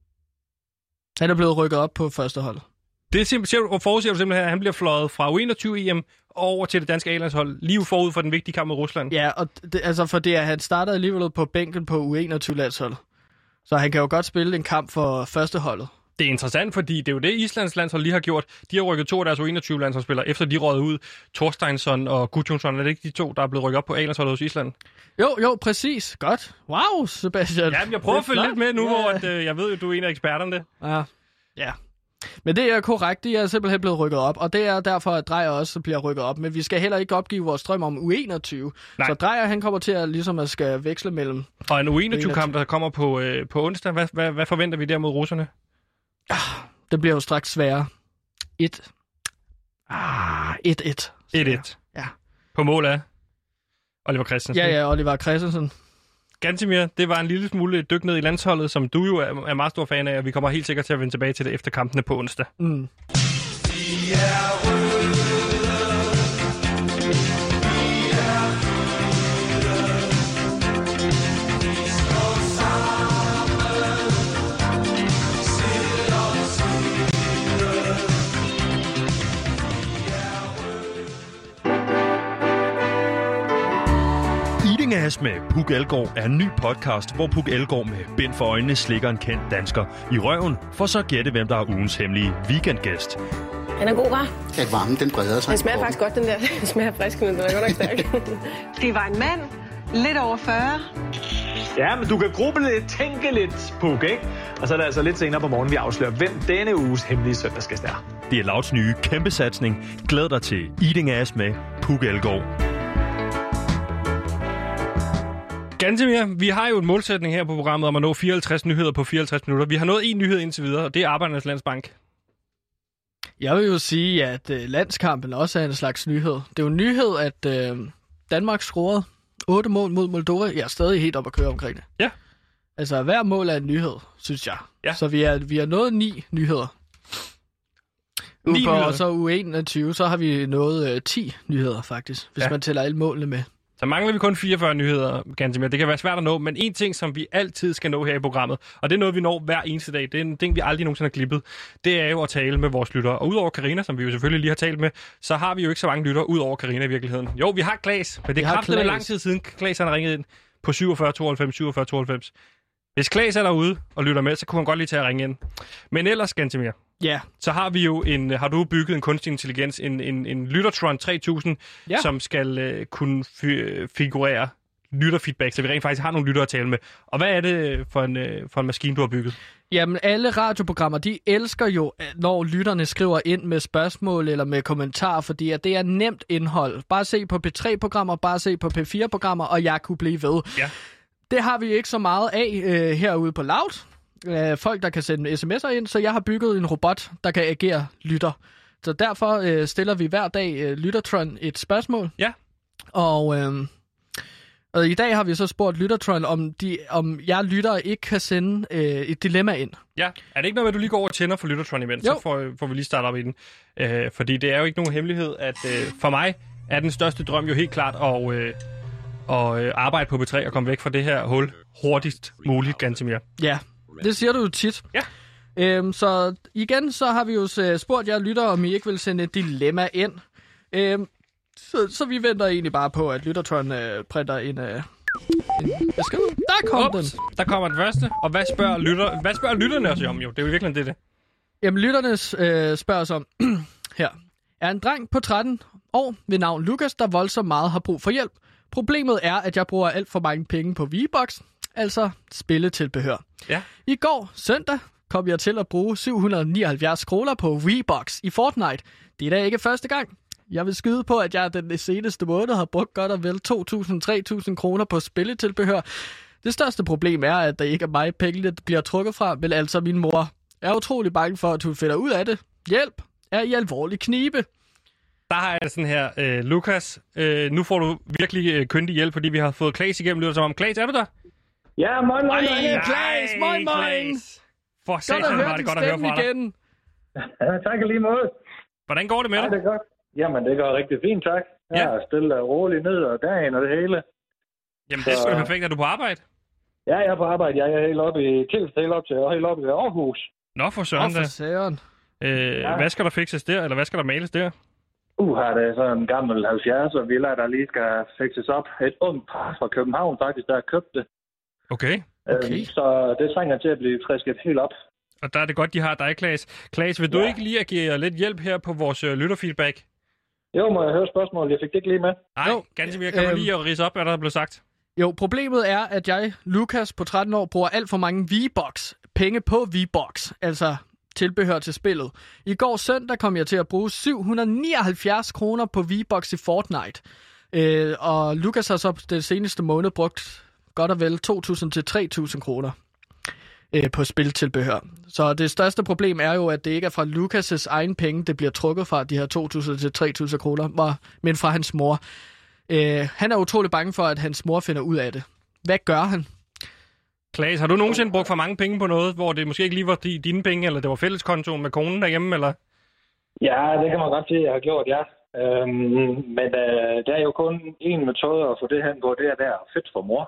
Han er blevet rykket op på første hold. Det er simpelthen, forudser du simpelthen, at han bliver fløjet fra U enogtyve E M over til det danske A-landshold, lige forud for den vigtige kamp mod Rusland. Ja, og det, altså for det er, han starter alligevel på bænken på U enogtyve-landshold. Så han kan jo godt spille en kamp for førsteholdet. Det er interessant, fordi det er jo det, Islands landshold lige har gjort. De har rykket to af deres U enogtyve-landsholdsspillere, efter de røget ud. Thorsteinsson og Gudjonsson, er det ikke de to, der er blevet rykket op på A-landsholdet hos Island? Jo, jo, præcis. Godt. Wow, Sebastian. Ja, jeg prøver at følge lidt med nu, ja. hvor at, øh, jeg ved jo, du er en af eksperterne. Ja. Ja. Men det er korrekt, de er simpelthen blevet rykket op, og det er derfor, at Drejer også bliver rykket op. Men vi skal heller ikke opgive vores drøm om U enogtyve. Nej. Så Drejer, han kommer til at, ligesom at skal veksle mellem... Og en U enogtyve-kamp, der kommer på, øh, på onsdag, hvad, hvad, hvad forventer vi der mod russerne? Ah, det bliver jo straks sværere. et. Ah, et et. et et. Ja. På mål af Oliver Christensen. Ja, ja, Oliver Christensen. Gantemir, det var en lille smule dyk ned i landsholdet, som du jo er, er meget stor fan af, og vi kommer helt sikkert til at vende tilbage til det efter kampene på onsdag. Mm. Eating Ass med Puk Elgård er en ny podcast, hvor Puk Elgård med bind for øjnene slikker en kendt dansker i røven, for så at gætte, hvem der er ugens hemmelige weekendgæst. Den er god, hva'? Ja, varmen, den breder sig. Den smager faktisk godt, den der. Den smager frisk, men den er godt nok stærk. Det var en mand, lidt over fyrre. Ja, men du kan gruble lidt, tænke lidt, Puk, ikke? Og så er det altså lidt senere på morgen, vi afslører, hvem denne uges hemmelige søndagsgæst er. Det er Louds nye kæmpesatsning. Glæd dig til Eating Ass med Puk Elgård. Gantemir, vi har jo en målsætning her på programmet om at nå fireoghalvtreds nyheder på fireoghalvtreds minutter. Vi har nået en nyhed indtil videre, og det er Arbejdernes Landsbank. Jeg vil jo sige, at øh, landskampen også er en slags nyhed. Det er jo en nyhed, at øh, Danmark scorede otte mål mod Moldova. Jeg er stadig helt op at køre omkring det. Ja. Altså, hver mål er en nyhed, synes jeg. Ja. Så vi er, vi er nået ni nyheder. Ni Ude på, nyheder. og så U enogtyve, så har vi nået øh, ti nyheder, faktisk. Hvis Ja. man tæller alle målene med. Så mangler vi kun fireogfyrre nyheder, Gantemir. Det kan være svært at nå, men en ting, som vi altid skal nå her i programmet, og det er noget, vi når hver eneste dag, det er en ting, vi aldrig nogensinde har klippet, det er jo at tale med vores lyttere. Og udover Karina, som vi jo selvfølgelig lige har talt med, så har vi jo ikke så mange lyttere udover Karina i virkeligheden. Jo, vi har Klaas, men det Vi er har kraftigt Klaas. lang tid siden, Klaas han har ringet ind på syvogfyrre tooghalvfems syvogfyrre tooghalvfems. Hvis Klaas er derude og lytter med, så kunne han godt lige tage at ringe ind. Men ellers, Gantemir, Ja. så har vi jo en, har du bygget en kunstig intelligens, en, en, en Lyttertron tre tusind, Ja. som skal øh, kunne fi- figurere lytterfeedback, så vi rent faktisk har nogle lyttere at tale med. Og hvad er det for en, øh, for en maskine, du har bygget? Jamen, alle radioprogrammer, de elsker jo, når lytterne skriver ind med spørgsmål eller med kommentarer, fordi at det er nemt indhold. Bare se på P tre-programmer, bare se på P fire-programmer, og jeg kunne blive ved. Ja. Det har vi ikke så meget af øh, herude på Loud. Øh, folk, der kan sende sms'er ind, så jeg har bygget en robot, der kan agere lytter. Så derfor øh, stiller vi hver dag øh, Lyttertron et spørgsmål. Ja. Og, øh, og i dag har vi så spurgt Lyttertron, om, de, om jeg lyttere ikke kan sende øh, et dilemma ind. Ja, er det ikke noget med, at du lige går over og tænder for Lyttertron imens? Jo. Så får, får vi lige startet op i den. Øh, fordi det er jo ikke nogen hemmelighed, at øh, for mig er den største drøm jo helt klart at, øh, at øh, arbejde på P tre og komme væk fra det her hul hurtigst muligt, Gantemir. Ja, det siger du jo tit. Ja. Øhm, så igen, så har vi jo øh, spurgt jer lyttere, om I ikke vil sende et dilemma ind. Øhm, så, så vi venter egentlig bare på, at Lyttertron øh, printer en, øh, en besked. kom Ups, den. Der kommer den første. Og hvad spørger, lytter, hvad spørger lytterne os om jo? Det er jo virkelig det, det. Jamen, lytterne øh, spørger os om, her. Er en dreng på tretten år ved navn Lukas, der voldsomt meget har brug for hjælp. Problemet er, at jeg bruger alt for mange penge på V-Box, altså spilletilbehør. Ja. I går, søndag, kom jeg til at bruge syv hundrede og nioghalvfjerds kroner på V-Box i Fortnite. Det er da ikke første gang. Jeg vil skyde på, at jeg den seneste måned har brugt godt og vel to tusind til tre tusind kroner på spilletilbehør. Det største problem er, at der ikke er mig pengene, der bliver trukket fra, men altså min mor. Jeg er utrolig bange for, at hun finder ud af det. Hjælp er i alvorlig knibe. Der har jeg sådan her, øh, Lukas, øh, nu får du virkelig øh, kyndig hjælp, fordi vi har fået Klaas igennem. Lyder det som om, Klaas, er du der? Ja, moin, moin, moin. Klaas, moin, moin. For satan var det godt at høre fra dig. Ja, tak lige måde. Hvordan går det med ja, dig? det er godt. Jamen, det går rigtig fint, tak. Jeg ja. er stille og roligt ned og dagen og det hele. Jamen, det er sgu da perfekt. Er du på arbejde? Ja, jeg er på arbejde. Jeg er helt oppe i Tilst, helt op til og helt oppe i Aarhus. Nå, for søren da. Nå, for søren. Øh, ja. Hvad skal der fikses der, eller hvad skal der males der? Uh, her er det sådan en gammel halvfjerdser villa, der lige skal fikses op. Et ungt par fra København faktisk, der har købt det. Okay. okay. Øhm, så det trænger til at blive frisket helt op. Og der er det godt, de har dig, Klaas. Klaas, vil du ja. ikke lige give lidt hjælp her på vores uh, lytterfeedback? Jo, må jeg høre spørgsmålet? Jeg fik det ikke lige med. Nej, ganske virkelig. Kan øhm, du lige ridse op, hvad der er blevet sagt? Jo, problemet er, at jeg, Lukas, på tretten år, bruger alt for mange V-Box. Penge på V-Box, altså tilbehør til spillet. I går søndag kom jeg til at bruge syv hundrede og nioghalvfjerds kroner på V-Box i Fortnite. Øh, og Lukas har så den seneste måned brugt godt og vel to tusind til tre tusind kroner øh, på spiltilbehør. Så det største problem er jo, at det ikke er fra Lukas' egen penge, det bliver trukket fra de her to tusind til tre tusind kroner, men fra hans mor. Øh, han er utrolig bange for, at hans mor finder ud af det. Hvad gør han? Klaas, har du nogensinde brugt for mange penge på noget, hvor det måske ikke lige var dine penge, eller det var fælleskontoen med konen derhjemme, eller? Ja, det kan man godt sige, jeg har gjort, ja. Øhm, men øh, der er jo kun én metode at få det hen på, det er der fedt for mor.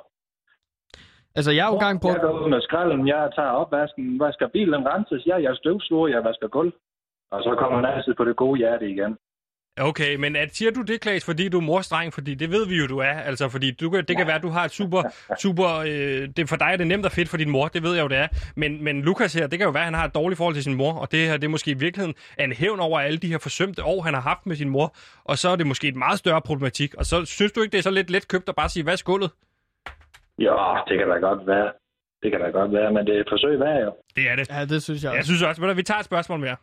Altså, jeg er jo gang på... Jeg går ud med skralden, jeg tager opvasken, vasker bilen renses, jeg, jeg støvsuger, jeg vasker gulv. Og så kommer man altid på det gode hjerte igen. Okay, men at, siger du det, Klaas, fordi du er morstreng? Fordi det ved vi jo, du er. Altså, fordi du, det kan være, at du har et super... super øh, det, for dig er det nemt og fedt for din mor, det ved jeg jo, det er. Men, men Lukas her, det kan jo være, at han har et dårligt forhold til sin mor, og det her, det er måske i virkeligheden en hævn over alle de her forsømte år, han har haft med sin mor. Og så er det måske et meget større problematik. Og så synes du ikke, det er så lidt let købt at bare sige, hvad er skuldet? Ja, det kan da godt være. Det kan da godt være, men det er et forsøg værd jo. Det er det. Ja, det synes jeg også. Jeg synes også, men vi tager et spørgsmål mere.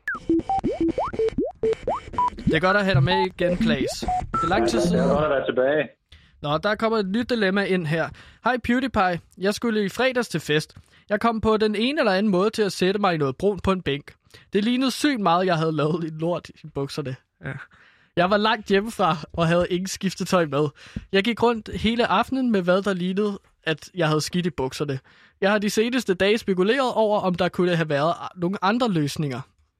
Det er godt at have dig med igen, Klaas. Det er lang tid siden. Jeg er godt at være tilbage. Nå, der kommer et nyt dilemma ind her. Hej PewDiePie. Jeg skulle i fredags til fest. Jeg kom på den ene eller anden måde til at sætte mig i noget brunt på en bænk. Det lignede sygt meget, jeg havde lavet i lort i bukserne. Ja. Jeg var langt hjemmefra og havde ingen skiftetøj med. Jeg gik rundt hele aftenen med hvad der lignede, at jeg havde skidt i bukserne. Jeg har de seneste dage spekuleret over, om der kunne have været nogle andre løsninger.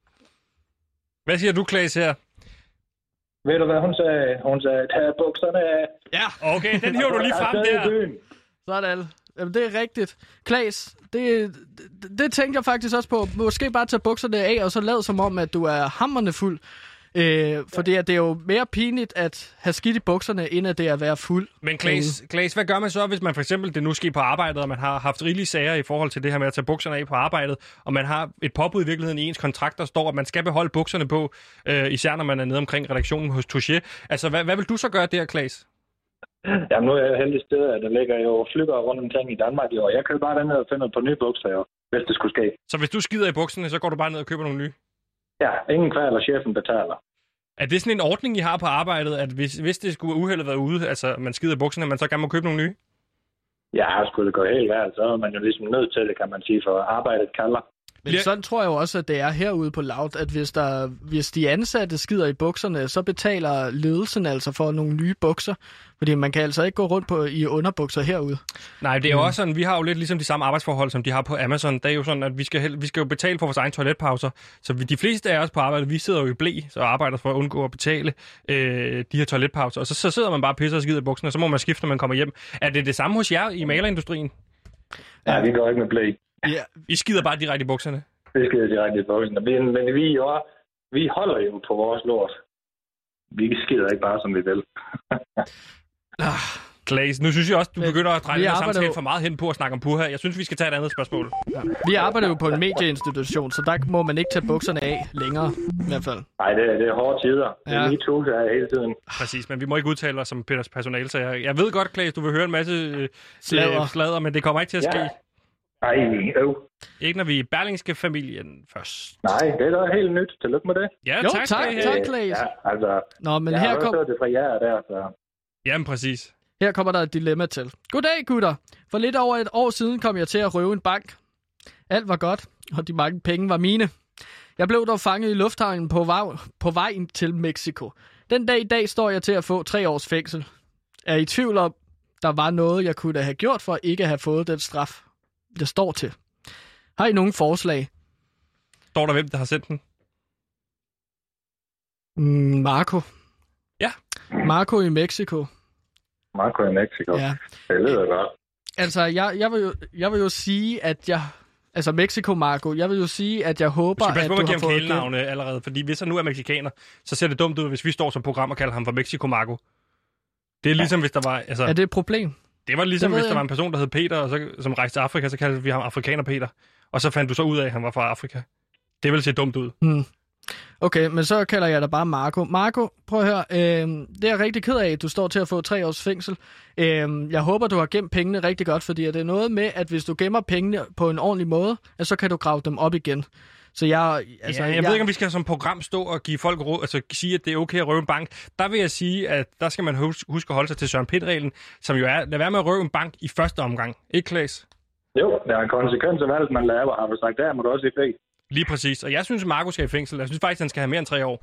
Hvad siger du, Klaas, her? Ved du, hvad hun sagde? Hun sagde, tag bukserne af. Ja, okay, den hiver du lige frem der. Sådan. Jamen, det er rigtigt. Klaas, det, det, det tænkte jeg faktisk også på. Måske bare tage bukserne af, og så lad som om, at du er hamrende fuld. Øh, fordi ja. Det er jo mere pinligt at have skidt i bukserne, end at det er at være fuld. Men Klaas, Klaas, hvad gør man så, hvis man for eksempel det nu sker på arbejdet, og man har haft rigelige sager i forhold til det her med at tage bukserne af på arbejdet, og man har et påbud i virkeligheden i ens kontrakt, der står, at man skal beholde bukserne på, øh, især når man er nede omkring redaktionen hos Touché. Altså, hvad, hvad vil du så gøre der, Klaas? Jamen, nu er jeg heldig sted, at der ligger jo flykker rundt omkring i Danmark i år. Jeg kan bare derned og finde på nye bukser, jo, hvis det skulle ske. Så hvis du skider i bukserne, så går du bare ned og køber nogle nye? Ja, ingen kval, og chefen betaler. Er det sådan en ordning, I har på arbejdet, at hvis, hvis det skulle uheldet være ude, altså man skider i bukserne, man så gerne må købe nogle nye? Ja, skulle det gå helt værd, så er man jo ligesom nødt til det, kan man sige, for arbejdet kalder. Men sådan tror jeg jo også, at det er herude på Loud, at hvis, der, hvis de ansatte skider i bukserne, så betaler ledelsen altså for nogle nye bukser. Fordi man kan altså ikke gå rundt på i underbukser herude. Nej, det er jo også sådan, vi har jo lidt ligesom de samme arbejdsforhold, som de har på Amazon. Det er jo sådan, at vi skal, vi skal jo betale for vores egen toiletpauser. Så vi, de fleste af os på arbejde, vi sidder jo i blæ, så arbejder for at undgå at betale øh, de her toiletpauser. Og så, så sidder man bare og pisser og skider i bukserne, og så må man skifte, når man kommer hjem. Er det det samme hos jer i malerindustrien? Ja, vi går ikke med blæ. Ja, I skider bare direkte i bukserne? Vi skider direkte i bukserne. Men, men vi, jo, vi holder jo på vores lort. Vi skider ikke bare, som vi vil. Klaas, nu synes jeg også, du Men begynder at dreje vi den her arbejder samtale jo- for meget hen på at snakke om puha. Jeg synes, vi skal tage et andet spørgsmål. Ja. Vi arbejder jo på en medieinstitution, så der må man ikke tage bukserne af længere, i hvert fald. Nej, det, det er hårde tider. Det er Ja. lige to her hele tiden. Præcis, men vi må ikke udtale os som Peters personale, så jeg, jeg ved godt, Klaas, du vil høre en masse øh, Sladder. øh, sladder, men det kommer ikke til at ske. Ja. Ej, øv. Ikke når vi er i Berlingske-familien først. Nej, det er da helt nyt. Tillykke med det. Ja, Jo, tak, tak, Klaas. tak, Klaas. Ja, altså, Nå, men jeg her, har kom, også hørt det fra jer der, så... Jamen, præcis. her kommer der et dilemma til. Goddag, gutter. For lidt over et år siden kom jeg til at røve en bank. Alt var godt, og de mange penge var mine. Jeg blev dog fanget i lufthavnen på, vej, på vejen til Mexico. Den dag i dag står jeg til at få tre års fængsel. Er I tvivl om, der var noget, jeg kunne have gjort for ikke at have fået den straf, det står til? Har I nogen forslag? Står der, hvem der har sendt den? Mm, Marco. Ja. Marco i Mexico. Marco i Mexico. Ja. Det lyder godt. Altså, jeg, jeg, vil jo, jeg vil jo sige, at jeg... Altså, Mexico, Marco. Jeg vil jo sige, at jeg håber, Du skal passe at på du at give har ham fået... kælenavne allerede, fordi hvis han nu er mexikaner, så ser det dumt ud, hvis vi står som program og kalder ham for Mexico Marco. Det er ligesom, hvis der var... Altså, Er det et problem? det var ligesom, det ved hvis der jeg. var en person, der hed Peter, og så, som rejste til Afrika, så kaldte vi ham Afrikaner Peter. Og så fandt du så ud af, at han var fra Afrika. Det vil se dumt ud. Hmm. Okay, men så kalder jeg dig bare Marco. Marco, prøv at høre. Øh, det er jeg rigtig ked af, at du står til at få tre års fængsel. Øh, jeg håber, du har gemt pengene rigtig godt, fordi det er noget med, at hvis du gemmer pengene på en ordentlig måde, så kan du grave dem op igen. Så jeg... Altså, Ja, jeg, jeg ved ikke, om vi skal som program stå og give folk råd, altså sige, at det er okay at røve en bank. Der vil jeg sige, at der skal man huske, huske at holde sig til Søren Pind-reglen, som jo er, lad være med at røve en bank i første omgang. Ikke, Klaas? Jo, der er konsekvenser af alt, man laver. Har du sagt, der må du også i fængsel. Lige præcis. Og jeg synes, at Marco skal i fængsel. Jeg synes faktisk, han skal have mere end tre år.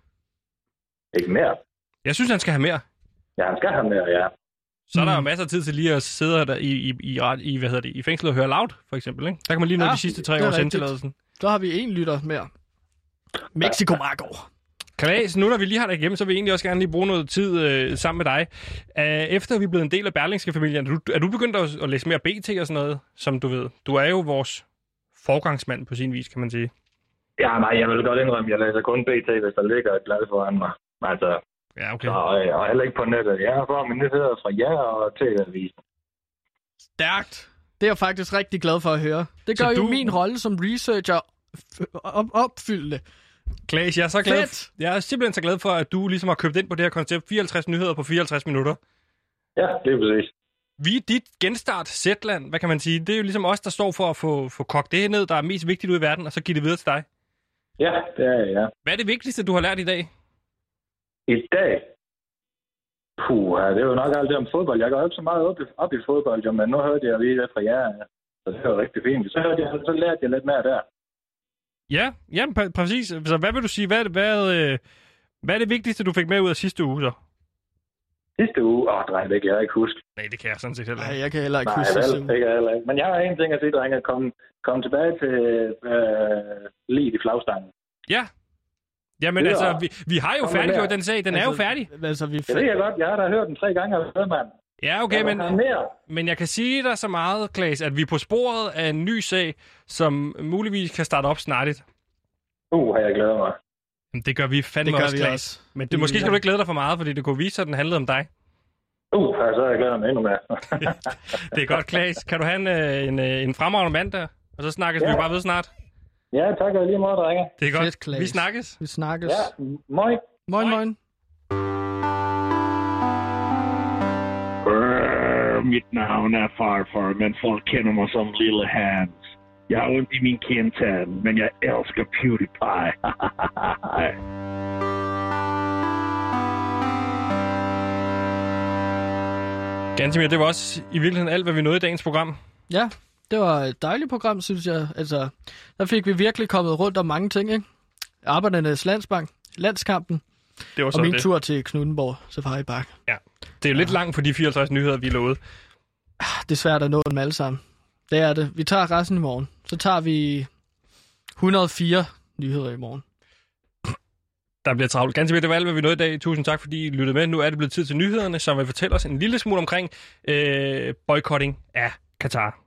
Ikke mere. Jeg synes, han skal have mere. Ja, han skal have mere, ja. Så er der jo masser af tid til lige at sidde der i, i, i, i, hvad hedder det, i fængslet og høre loud, for eksempel. Ikke? Der kan man lige nå Ja, de sidste tre det er års rigtigt. indtilladelsen. Så har vi en lytter mere. Mexico, Marco. Klaas, nu når vi lige har dig igennem, så vil jeg egentlig også gerne lige bruge noget tid øh, sammen med dig. Uh, efter vi er blevet en del af Berlingske-familien, er du, er du begyndt at, at læse mere B T og sådan noget, som du ved? Du er jo vores forgangsmand på sin vis, kan man sige. Ja, nej, jeg vil godt indrømme, jeg læser kun B T, hvis der ligger et blad foran mig. Altså, ja, okay. Så, og, og heller ikke på nettet. Jeg får mine nyheder fra jer og T V-avisen. Stærkt. Det er jeg faktisk rigtig glad for at høre. Det gør Så jo du- min rolle som researcher f- op- opfyldende. Klaas, jeg er så glad. Fedt. Jeg er simpelthen så glad for, at du ligesom har købt ind på det her koncept. fireoghalvtreds nyheder på fireoghalvtreds minutter. Ja, det er præcis. Vi er dit genstart Zetland, hvad kan man sige? Det er jo ligesom os, der står for at få, få kogt det ned, der er mest vigtigt ud i verden, og så give det videre til dig. Ja, det er jeg, ja. Hvad er det vigtigste, du har lært i dag? I dag? Puh, det er jo nok alt det om fodbold. Jeg går jo ikke så meget op i, op i fodbold, jo, men nu hørte jeg lige det fra jer. Så det var rigtig fint. Så, hørte jeg, så lærte jeg lidt mere der. Ja, ja, pr- præcis. Så hvad vil du sige, hvad, hvad, øh, hvad er det vigtigste, du fik med ud af sidste uge så? Sidste uge? Åh, oh, dreng, det kan jeg ikke huske. Nej, det kan jeg sådan set heller Nej, jeg kan heller ikke Nej, huske vel, sidste det uge. kan jeg heller ikke. Men jeg har en ting at sige, drenge, at komme, komme tilbage til øh, lige i flagstangen. Ja. Jamen Ja. altså, vi, vi har jo Kom med færdiggjort mere. den sag. Den er jo færdig. Altså, vi Det ved jeg godt. Jeg har da hørt den tre gange af mand. Ja, okay, men, Jeg vil have mere. men jeg kan sige dig så meget, Klaas, at vi er på sporet af en ny sag, som muligvis kan starte op snarligt. Uh, har jeg glædet mig. Jamen, det gør vi fandme Det gør også, vi Klaas. også. Men det, måske skal du ikke glæde dig for meget, fordi det kunne vise sig, at den handlede om dig. Uh, så har jeg glædet mig endnu mere. Det er godt, Klaas. Kan du have en, øh, en, øh, en fremragende mandag? Og så snakkes ja. Ja. vi bare ved snart. Ja, tak og lige måde, drenge. Det er godt. Fedt, Klaas. Vi snakkes. Vi snakkes. Ja, moin. Moin, moin. Brrr, mit navn er Farfar, men folk kender mig som Lille Hans. Jeg har ondt i min kindtand, men jeg elsker PewDiePie. Gantemir, det var også i virkeligheden alt, hvad vi nåede i dagens program. Ja, det var et dejligt program, synes jeg. Altså, der fik vi virkelig kommet rundt om mange ting, ikke? Arbejdernes Landsbank, Landskampen, Det var så og min det. tur til Knuthenborg Safari Park. Ja. Det er jo lidt langt for de fireoghalvtreds nyheder, vi lovede. Det er svært at nå dem alle sammen. Det er det. Vi tager resten i morgen. Så tager vi et hundrede og fire nyheder i morgen. Der bliver travlt. Ganske det var alt, hvad vi nåede i dag. Tusind tak, fordi I lyttede med. Nu er det blevet tid til nyhederne, som vil fortælle os en lille smule omkring øh, boykotting af Katar.